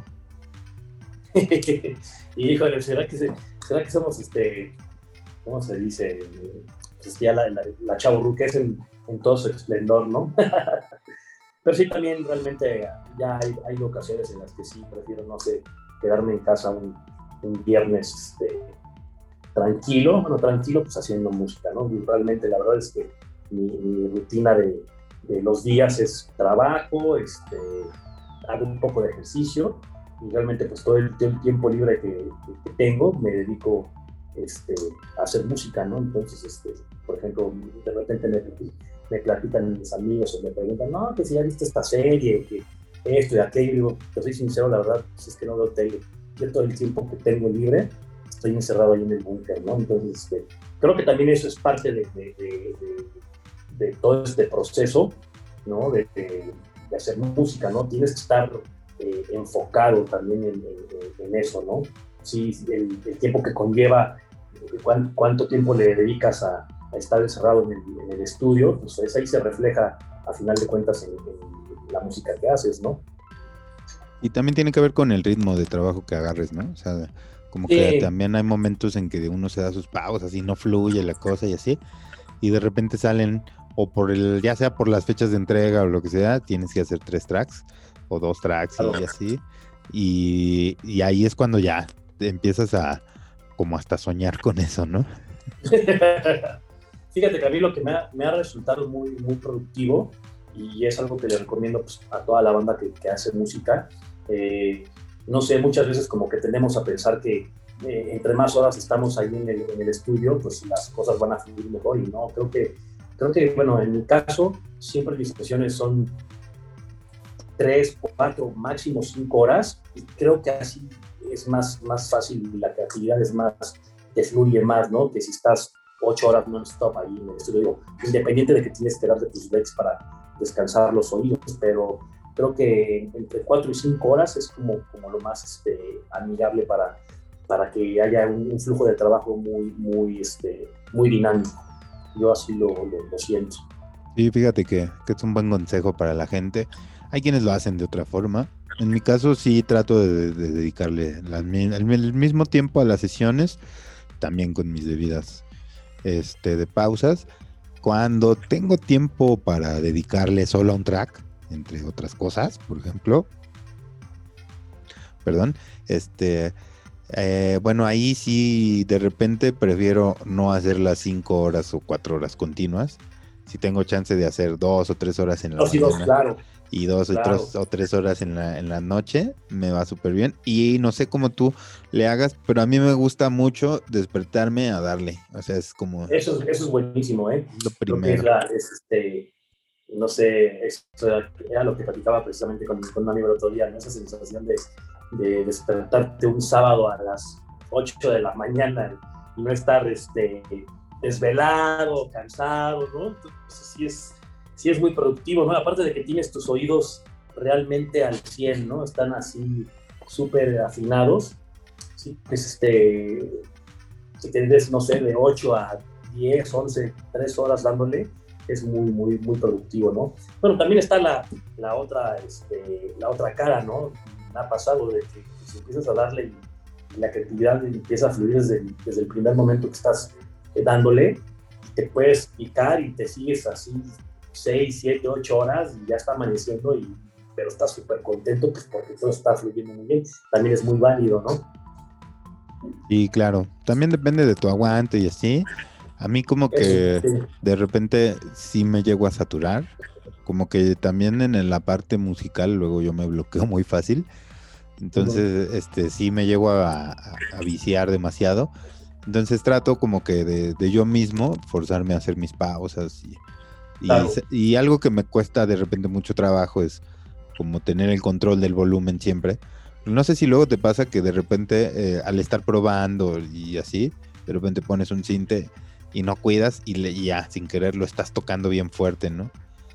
Y híjole, ¿será que somos ¿cómo se dice? Pues ya la chavorruquez en todo su esplendor, ¿no? Pero sí, también realmente ya hay ocasiones en las que sí prefiero, no sé, quedarme en casa un viernes tranquilo, bueno, tranquilo, pues haciendo música, ¿no? Y realmente la verdad es que mi rutina de los días es trabajo, hago un poco de ejercicio y realmente pues todo el tiempo libre que tengo me dedico a hacer música, ¿no? Entonces, por ejemplo, de repente me platican mis amigos o me preguntan, no, que si ya viste esta serie, que esto y aquello, y digo, te soy sincero, la verdad, pues es que no lo tengo. Yo todo el tiempo que tengo libre, estoy encerrado ahí en el búnker, ¿no? Entonces, creo que también eso es parte de todo este proceso, ¿no? De hacer música, ¿no? Tienes que estar enfocado también en eso, ¿no? Sí, el tiempo que conlleva, cuánto tiempo le dedicas a estar encerrado en el estudio, pues ahí se refleja a final de cuentas en la música que haces, ¿no? Y también tiene que ver con el ritmo de trabajo que agarres, ¿no? O sea, como que también hay momentos en que uno se da sus pausas y no fluye la cosa y así, y de repente salen, o ya sea por las fechas de entrega o lo que sea, tienes que hacer 3 tracks o 2 tracks y así, y ahí es cuando ya te empiezas a como hasta soñar con eso, ¿no? Fíjate que a mí lo que me ha resultado muy productivo y es algo que le recomiendo pues, a toda la banda que hace música. No sé, muchas veces como que tendemos a pensar que entre más horas estamos ahí en el estudio, pues las cosas van a fluir mejor y no, creo que, bueno, en mi caso, siempre mis sesiones son 3, 4, máximo 5 horas y creo que así es más fácil y la creatividad es más, te fluye más, ¿no? Que si estás 8 horas non-stop ahí en el estudio, digo, independiente de que tienes que darte tus breaks para descansar los oídos, pero creo que entre 4 y 5 horas es como lo más amigable para que haya un flujo de trabajo muy dinámico. Yo así lo siento. Sí, fíjate que es un buen consejo para la gente. Hay quienes lo hacen de otra forma. En mi caso sí trato de dedicarle el mismo tiempo a las sesiones, también con mis debidas de pausas. Cuando tengo tiempo para dedicarle solo a un track, entre otras cosas, por ejemplo, perdón, bueno, ahí sí de repente prefiero no hacer las 5 horas o 4 horas continuas. Si tengo chance de hacer 2 o 3 horas en la mañana Claro, y 2 claro. o 3 horas en la noche, me va súper bien. Y no sé cómo tú le hagas, pero a mí me gusta mucho despertarme a darle. O sea, es como Eso es buenísimo, ¿eh? lo Lo que primero. no sé, eso era lo que platicaba precisamente con un amigo el otro día, ¿no? Esa sensación de despertarte un sábado a las 8 de la mañana y no estar desvelado, cansado, ¿no? Entonces sí es muy productivo, ¿no? Aparte de que tienes tus oídos realmente al 100, ¿no? Están así súper afinados si tienes, no sé, de 8 a 10, 11, 3 horas dándole, es muy, muy, muy productivo, ¿no? Bueno, también está la otra cara, ¿no? Me ha pasado de que si empiezas a darle y la creatividad empieza a fluir desde el primer momento que estás dándole, te puedes picar y te sigues así 6, 7, 8 horas y ya está amaneciendo, pero estás súper contento pues, porque todo está fluyendo muy bien. También es muy válido, ¿no? Y claro, también depende de tu aguante y así. A mí como que de repente sí me llego a saturar, como que también en la parte musical luego yo me bloqueo muy fácil, entonces sí me llego a viciar demasiado, entonces trato como que de yo mismo forzarme a hacer mis pausas Claro. y algo que me cuesta de repente mucho trabajo es como tener el control del volumen siempre. No sé si luego te pasa que de repente al estar probando y así, de repente pones un cinte y no cuidas y ya sin querer lo estás tocando bien fuerte, ¿no?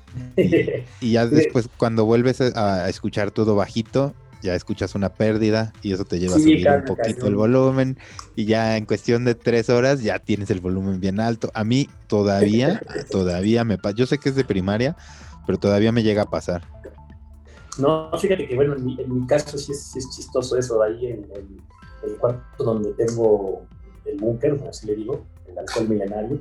Y ya después cuando vuelves a escuchar todo bajito, ya escuchas una pérdida y eso te lleva a subir un poquito el volumen y ya en cuestión de 3 horas ya tienes el volumen bien alto. A mí todavía me pasa, yo sé que es de primaria, pero todavía me llega a pasar. No, fíjate que bueno, en mi caso sí es chistoso eso, ahí en el cuarto donde tengo el búnker, así le digo, el alcohol milenario,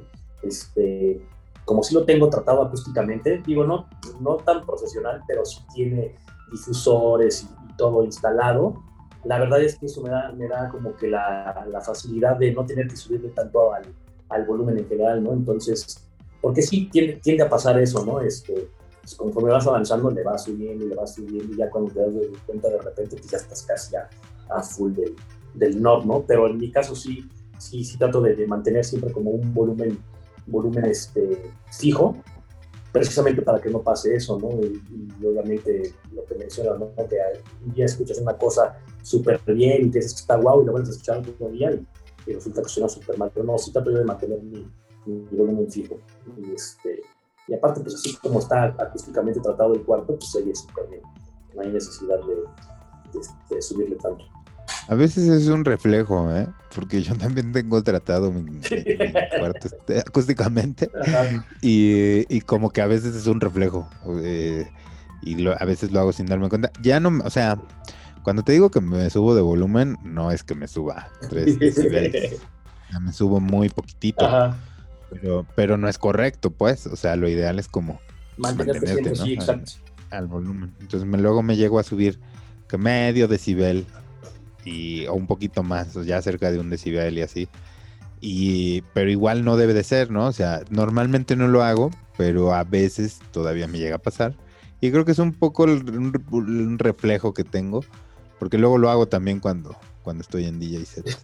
como si lo tengo tratado acústicamente, digo, no tan profesional, pero sí tiene difusores y todo instalado. La verdad es que eso me da como que la facilidad de no tener que subirle tanto al volumen en general, ¿no? Entonces, porque sí tiende a pasar eso, ¿no? Pues conforme vas avanzando le vas subiendo y ya cuando te das cuenta de repente pues ya estás casi a full del knob, ¿no? Pero en mi caso sí trato de mantener siempre como un volumen fijo, precisamente para que no pase eso, ¿no? Y obviamente lo que mencionas, ¿no? Que un día escuchas una cosa súper bien y piensas que está guau y lo vuelves a escuchar otro día y resulta que suena súper mal, pero no, sí trato yo de mantener mi volumen fijo. Y aparte, pues así como está acústicamente tratado el cuarto, pues oye súper bien. No hay necesidad de subirle tanto. A veces es un reflejo, porque yo también tengo tratado mi cuarto acústicamente y como que a veces es un reflejo a veces lo hago sin darme cuenta. Ya no, o sea, cuando te digo que me subo de volumen, no es que me suba 3 decibeles, ya me subo muy poquitito. Ajá. Pero no es correcto, pues, o sea, lo ideal es como mantenerte siempre, ¿no? Sí, exacto. Al volumen. Entonces luego me llego a subir que medio decibel o un poquito más, o ya cerca de 1 decibel y así. Pero igual no debe de ser, ¿no? O sea, normalmente no lo hago, pero a veces todavía me llega a pasar. Y creo que es un poco un reflejo que tengo, porque luego lo hago también cuando estoy en DJ set.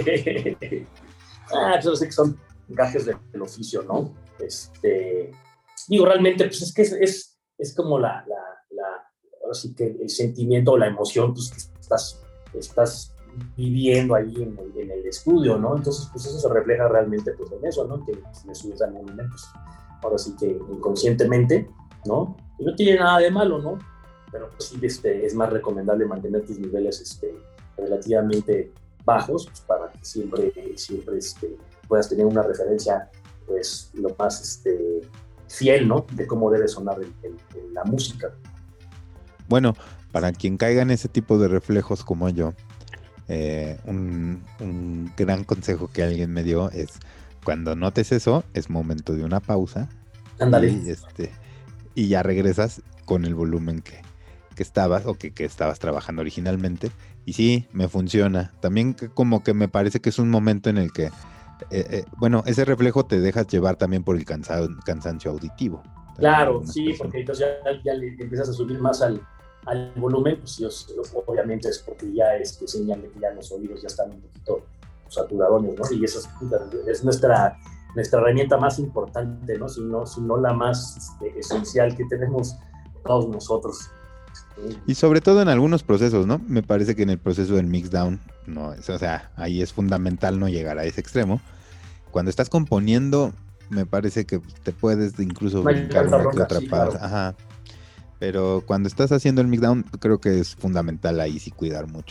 Eso sí que son gajes del oficio, ¿no? Digo, realmente, pues es que es como ahora sí que el sentimiento o la emoción, pues que estás viviendo ahí en el estudio, ¿no? Entonces, pues eso se refleja realmente pues en eso, ¿no? Que le subes al volumen, pues ahora sí que inconscientemente, ¿no? Y no tiene nada de malo, ¿no? Pero pues sí es más recomendable mantener tus niveles relativamente bajos, pues, para que siempre puedas tener una referencia pues lo más fiel, ¿no? De cómo debe sonar la música. Bueno, para quien caiga en ese tipo de reflejos como yo, un gran consejo que alguien me dio es: cuando notes eso, es momento de una pausa. Ándale. Y ya regresas con el volumen que estabas o que estabas trabajando originalmente. Y sí, me funciona. También como que me parece que es un momento en el que bueno, ese reflejo te dejas llevar también por el cansancio auditivo. Claro, sí, porque entonces ya le empiezas a subir más al volumen, pues obviamente es porque ya es señal de que ya los oídos ya están un poquito saturadones, ¿no? Y eso es nuestra herramienta más importante, ¿no? Si no la más esencial que tenemos todos nosotros. Y sobre todo en algunos procesos, ¿no? Me parece que en el proceso del mixdown, no, o sea, ahí es fundamental no llegar a ese extremo. Cuando estás componiendo, me parece que te puedes incluso brincar una que otra pausa. Claro. Ajá. Pero cuando estás haciendo el mixdown, creo que es fundamental ahí sí cuidar mucho.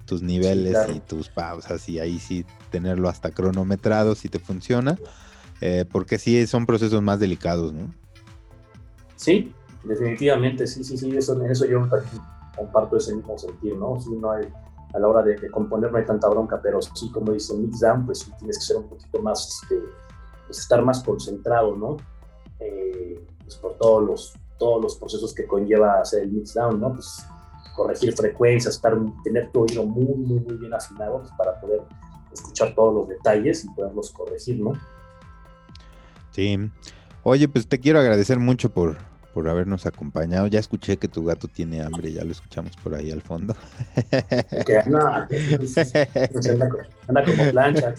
tus niveles, Sí, claro. y tus pausas, y ahí sí tenerlo hasta cronometrado si te funciona, porque sí son procesos más delicados, ¿no? Sí, definitivamente, sí, sí, sí, en eso yo también comparto ese mismo sentir, ¿no? Sí, no hay, a la hora de componer no hay tanta bronca, pero sí, como dice Mix Down, pues sí tienes que ser un poquito más, pues estar más concentrado, ¿no? Pues por todos los procesos que conlleva hacer el Mix Down, ¿no? Pues corregir frecuencias, tener tu oído muy, muy, muy bien afinado, pues, para poder escuchar todos los detalles y poderlos corregir, ¿no? Sí. Oye, pues te quiero agradecer mucho por habernos acompañado. Ya escuché que tu gato tiene hambre, ya lo escuchamos por ahí al fondo. Que anda como plancha.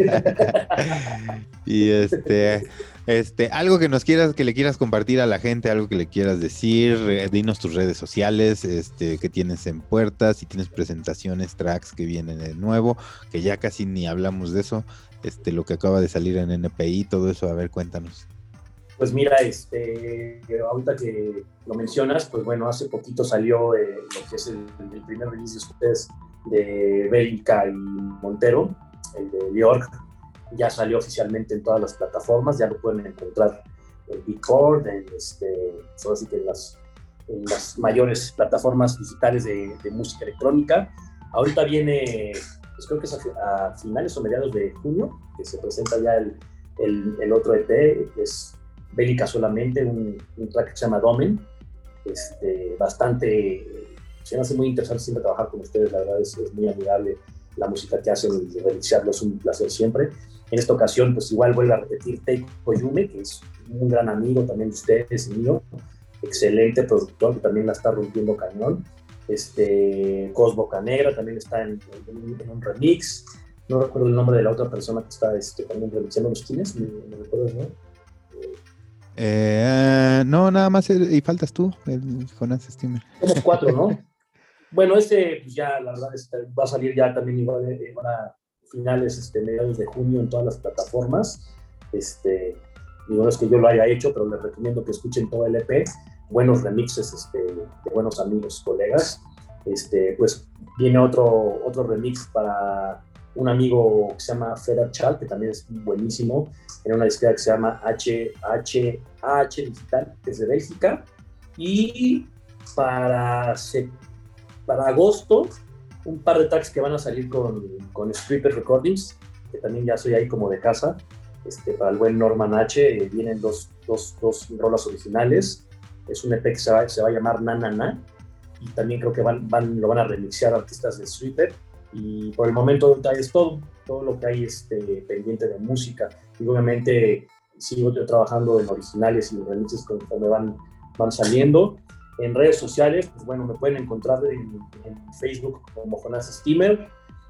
Y algo que le quieras compartir a la gente, algo que le quieras decir, dinos tus redes sociales, que tienes en puerta, si tienes presentaciones, tracks que vienen de nuevo, que ya casi ni hablamos de eso, lo que acaba de salir en NPI, todo eso, a ver, cuéntanos. Pues mira, ahorita que lo mencionas, pues bueno, hace poquito salió lo que es el primer release de ustedes de Bélica y Montero, el de York. Ya salió oficialmente en todas las plataformas, ya lo pueden encontrar en Beatport, solo así que en las mayores plataformas digitales de música electrónica. Ahorita viene, pues creo que es a finales o mediados de junio, que se presenta ya el otro EP, que es Bélica solamente, un track que se llama Domen, bastante, se me hace muy interesante siempre trabajar con ustedes, la verdad es muy admirable la música que hacen y realizarlo es un placer siempre. En esta ocasión, pues igual vuelvo a repetir Teiko Yume, que es un gran amigo también de ustedes y mío, excelente productor que también la está rompiendo cañón. Cos Bocanegra también está en un remix. No recuerdo el nombre de la otra persona que está también remixando los tines, ¿me recuerdas, no? No, nada más, y faltas tú, el Jonas Steamer. Somos 4, ¿no? Bueno, pues ya, la verdad, va a salir ya también igual a finales, mediados de junio en todas las plataformas. Y no es que yo lo haya hecho, pero les recomiendo que escuchen todo el EP. Buenos remixes de buenos amigos, colegas. Pues viene otro remix para un amigo que se llama Feder Chal, que también es buenísimo, en una disquera que se llama H Digital, que es de Bélgica. Y para agosto, un par de tracks que van a salir con Stripper Recordings, que también ya soy ahí como de casa, para el buen Norman H. Vienen dos rolas originales. Es un EP que se va a llamar Na Na Na, y también creo que lo van a remixear artistas de Stripper. Y por el momento es todo lo que hay pendiente de música. Y obviamente sigo yo trabajando en originales y remixes conforme van saliendo. En redes sociales, pues bueno, me pueden encontrar en Facebook como Jonas Steamer.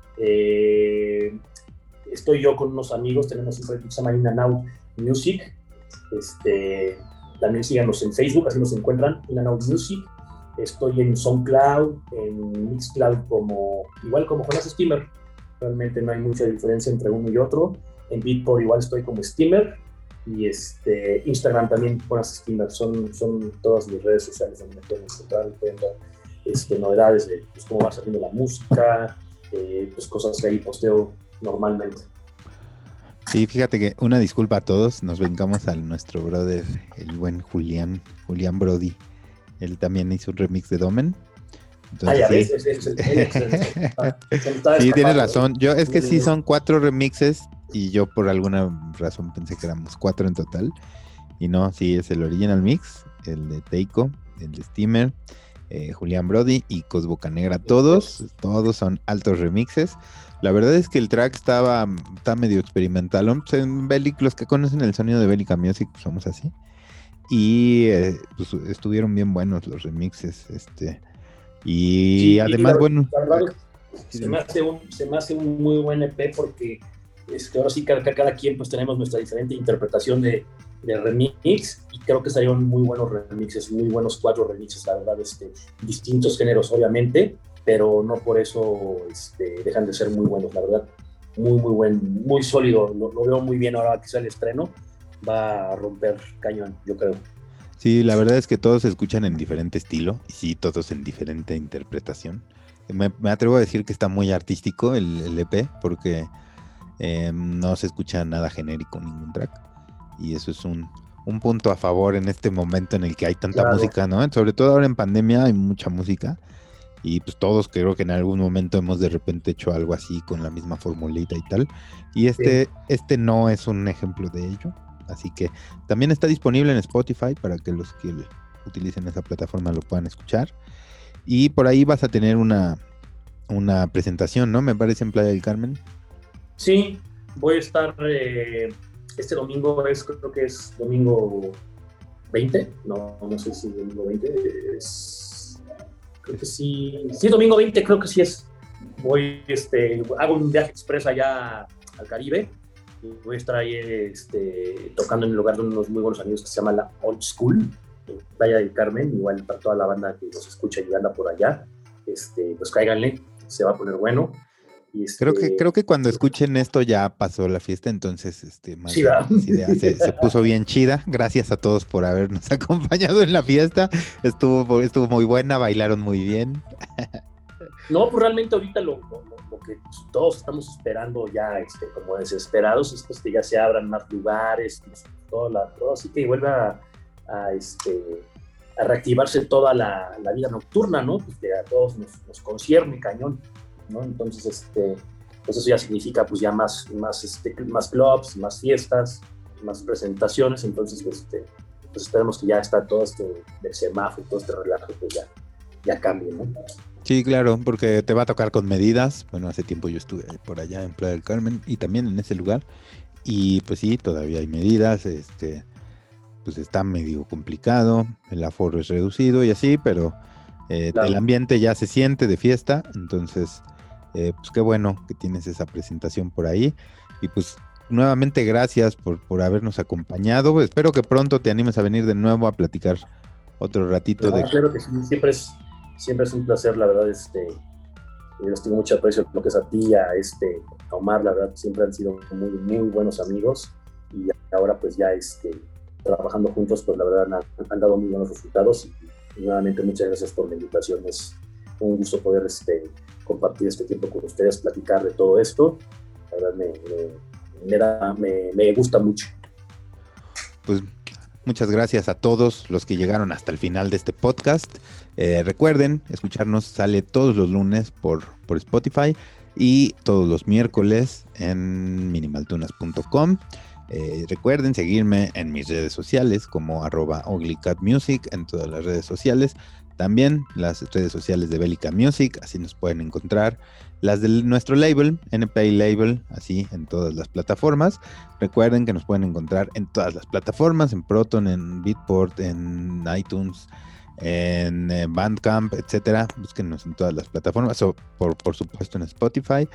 Estoy yo con unos amigos, tenemos un proyecto que se llama In and Out Music. También síganos en Facebook, así nos encuentran, In and Out Music. Estoy en SoundCloud, en Mixcloud igual como Jonas Steamer. Realmente no hay mucha diferencia entre uno y otro. En Beatport igual estoy como Steamer. Y Instagram también, Jonas Steamer. Son todas mis redes sociales donde me pueden encontrar, pueden ver novedades de pues, cómo va saliendo la música, pues cosas que ahí posteo normalmente. Sí, fíjate que una disculpa a todos, nos vengamos a nuestro brother, el buen Julián Brody. Él también hizo un remix de Domen. Entonces, ya ves, sí, tienes razón. Es que sí son 4 remixes y yo por alguna razón pensé que éramos 4 en total. Y no, sí, es el original mix, el de Teiko, el de Steamer, Julián Brody y Cos Bocanegra. Todos son altos remixes. La verdad es que el track está medio experimental. En los que conocen el sonido de Bélica Music, pues somos así. Y pues estuvieron bien buenos los remixes. Y sí, además, bueno. Se me hace un muy buen EP porque ahora sí cada quien pues tenemos nuestra diferente interpretación de remix, y creo que salieron muy buenos remixes, muy buenos 4 remixes, la verdad, distintos géneros obviamente, pero no por eso dejan de ser muy buenos, la verdad. Muy, muy buen, muy sólido, lo veo muy bien ahora que sale el estreno, va a romper cañón, yo creo. Sí, la verdad es que todos se escuchan en diferente estilo, y sí, todos en diferente interpretación. Me atrevo a decir que está muy artístico el EP, porque no se escucha nada genérico, ningún track. Y eso es un punto a favor en este momento en el que hay tanta música, ¿no? Sobre todo ahora en pandemia hay mucha música. Y pues todos creo que en algún momento hemos de repente hecho algo así con la misma formulita y tal. Y este no es un ejemplo de ello. Así que también está disponible en Spotify para que los que utilicen esa plataforma lo puedan escuchar. Y por ahí vas a tener una presentación, ¿no? Me parece, en Playa del Carmen. Sí, voy a estar este domingo, creo que es domingo 20. No sé si domingo 20 es. Creo que sí. Sí, domingo 20, creo que sí es. Voy, hago un viaje express allá al Caribe. Y voy a estar ahí tocando en el lugar de unos muy buenos amigos que se llama la Old School, en Playa del Carmen. Igual para toda la banda que nos escucha y anda por allá, pues cáiganle, se va a poner bueno. Y creo que cuando escuchen esto ya pasó la fiesta, entonces más sí, se puso bien chida. Gracias a todos por habernos acompañado en la fiesta. Estuvo muy buena, bailaron muy bien. No, pues realmente ahorita lo que todos estamos esperando ya, como desesperados, es pues que ya se abran más lugares, todo así que vuelva a reactivarse toda la vida nocturna, ¿no? Pues que a todos nos concierne cañón, ¿no? Entonces, pues eso ya significa pues ya más clubs, más fiestas, más presentaciones. Entonces, pues esperemos que ya está todo del semáforo, todo este relajo, pues ya cambie, ¿no? Sí, claro, porque te va a tocar con medidas. Bueno, hace tiempo yo estuve por allá en Playa del Carmen y también en ese lugar. Y pues sí, todavía hay medidas, pues está medio complicado, el aforo es reducido y así, pero claro, el ambiente ya se siente de fiesta. Entonces, pues qué bueno que tienes esa presentación por ahí. Y pues nuevamente gracias por habernos acompañado. Espero que pronto te animes a venir de nuevo a platicar otro ratito. Claro que sí, siempre es un placer, la verdad. Yo les tengo mucho aprecio lo que es a ti, a Omar, la verdad, siempre han sido muy, muy buenos amigos, y ahora pues ya trabajando juntos, pues la verdad han dado muy buenos resultados, y nuevamente muchas gracias por la invitación. Es un gusto poder compartir este tiempo con ustedes, platicar de todo esto. La verdad me gusta mucho. Pues muchas gracias a todos los que llegaron hasta el final de este podcast. Recuerden, escucharnos sale todos los lunes por Spotify y todos los miércoles en minimaltunas.com. Recuerden seguirme en mis redes sociales como @uglycatmusic en todas las redes sociales. También las redes sociales de Bélica Music, así nos pueden encontrar. Las de nuestro label, NPI Label, así en todas las plataformas. Recuerden que nos pueden encontrar en todas las plataformas, en Proton, en Beatport, en iTunes, en Bandcamp, etcétera. Búsquenos en todas las plataformas, o por supuesto en Spotify.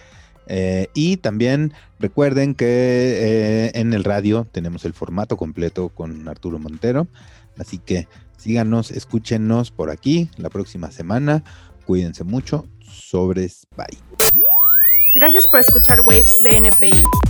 Y también recuerden que en el radio tenemos el formato completo con Arturo Montero. Así que síganos, escúchenos por aquí la próxima semana. Cuídense mucho. Sobres, bye. Gracias por escuchar Waves de NPI.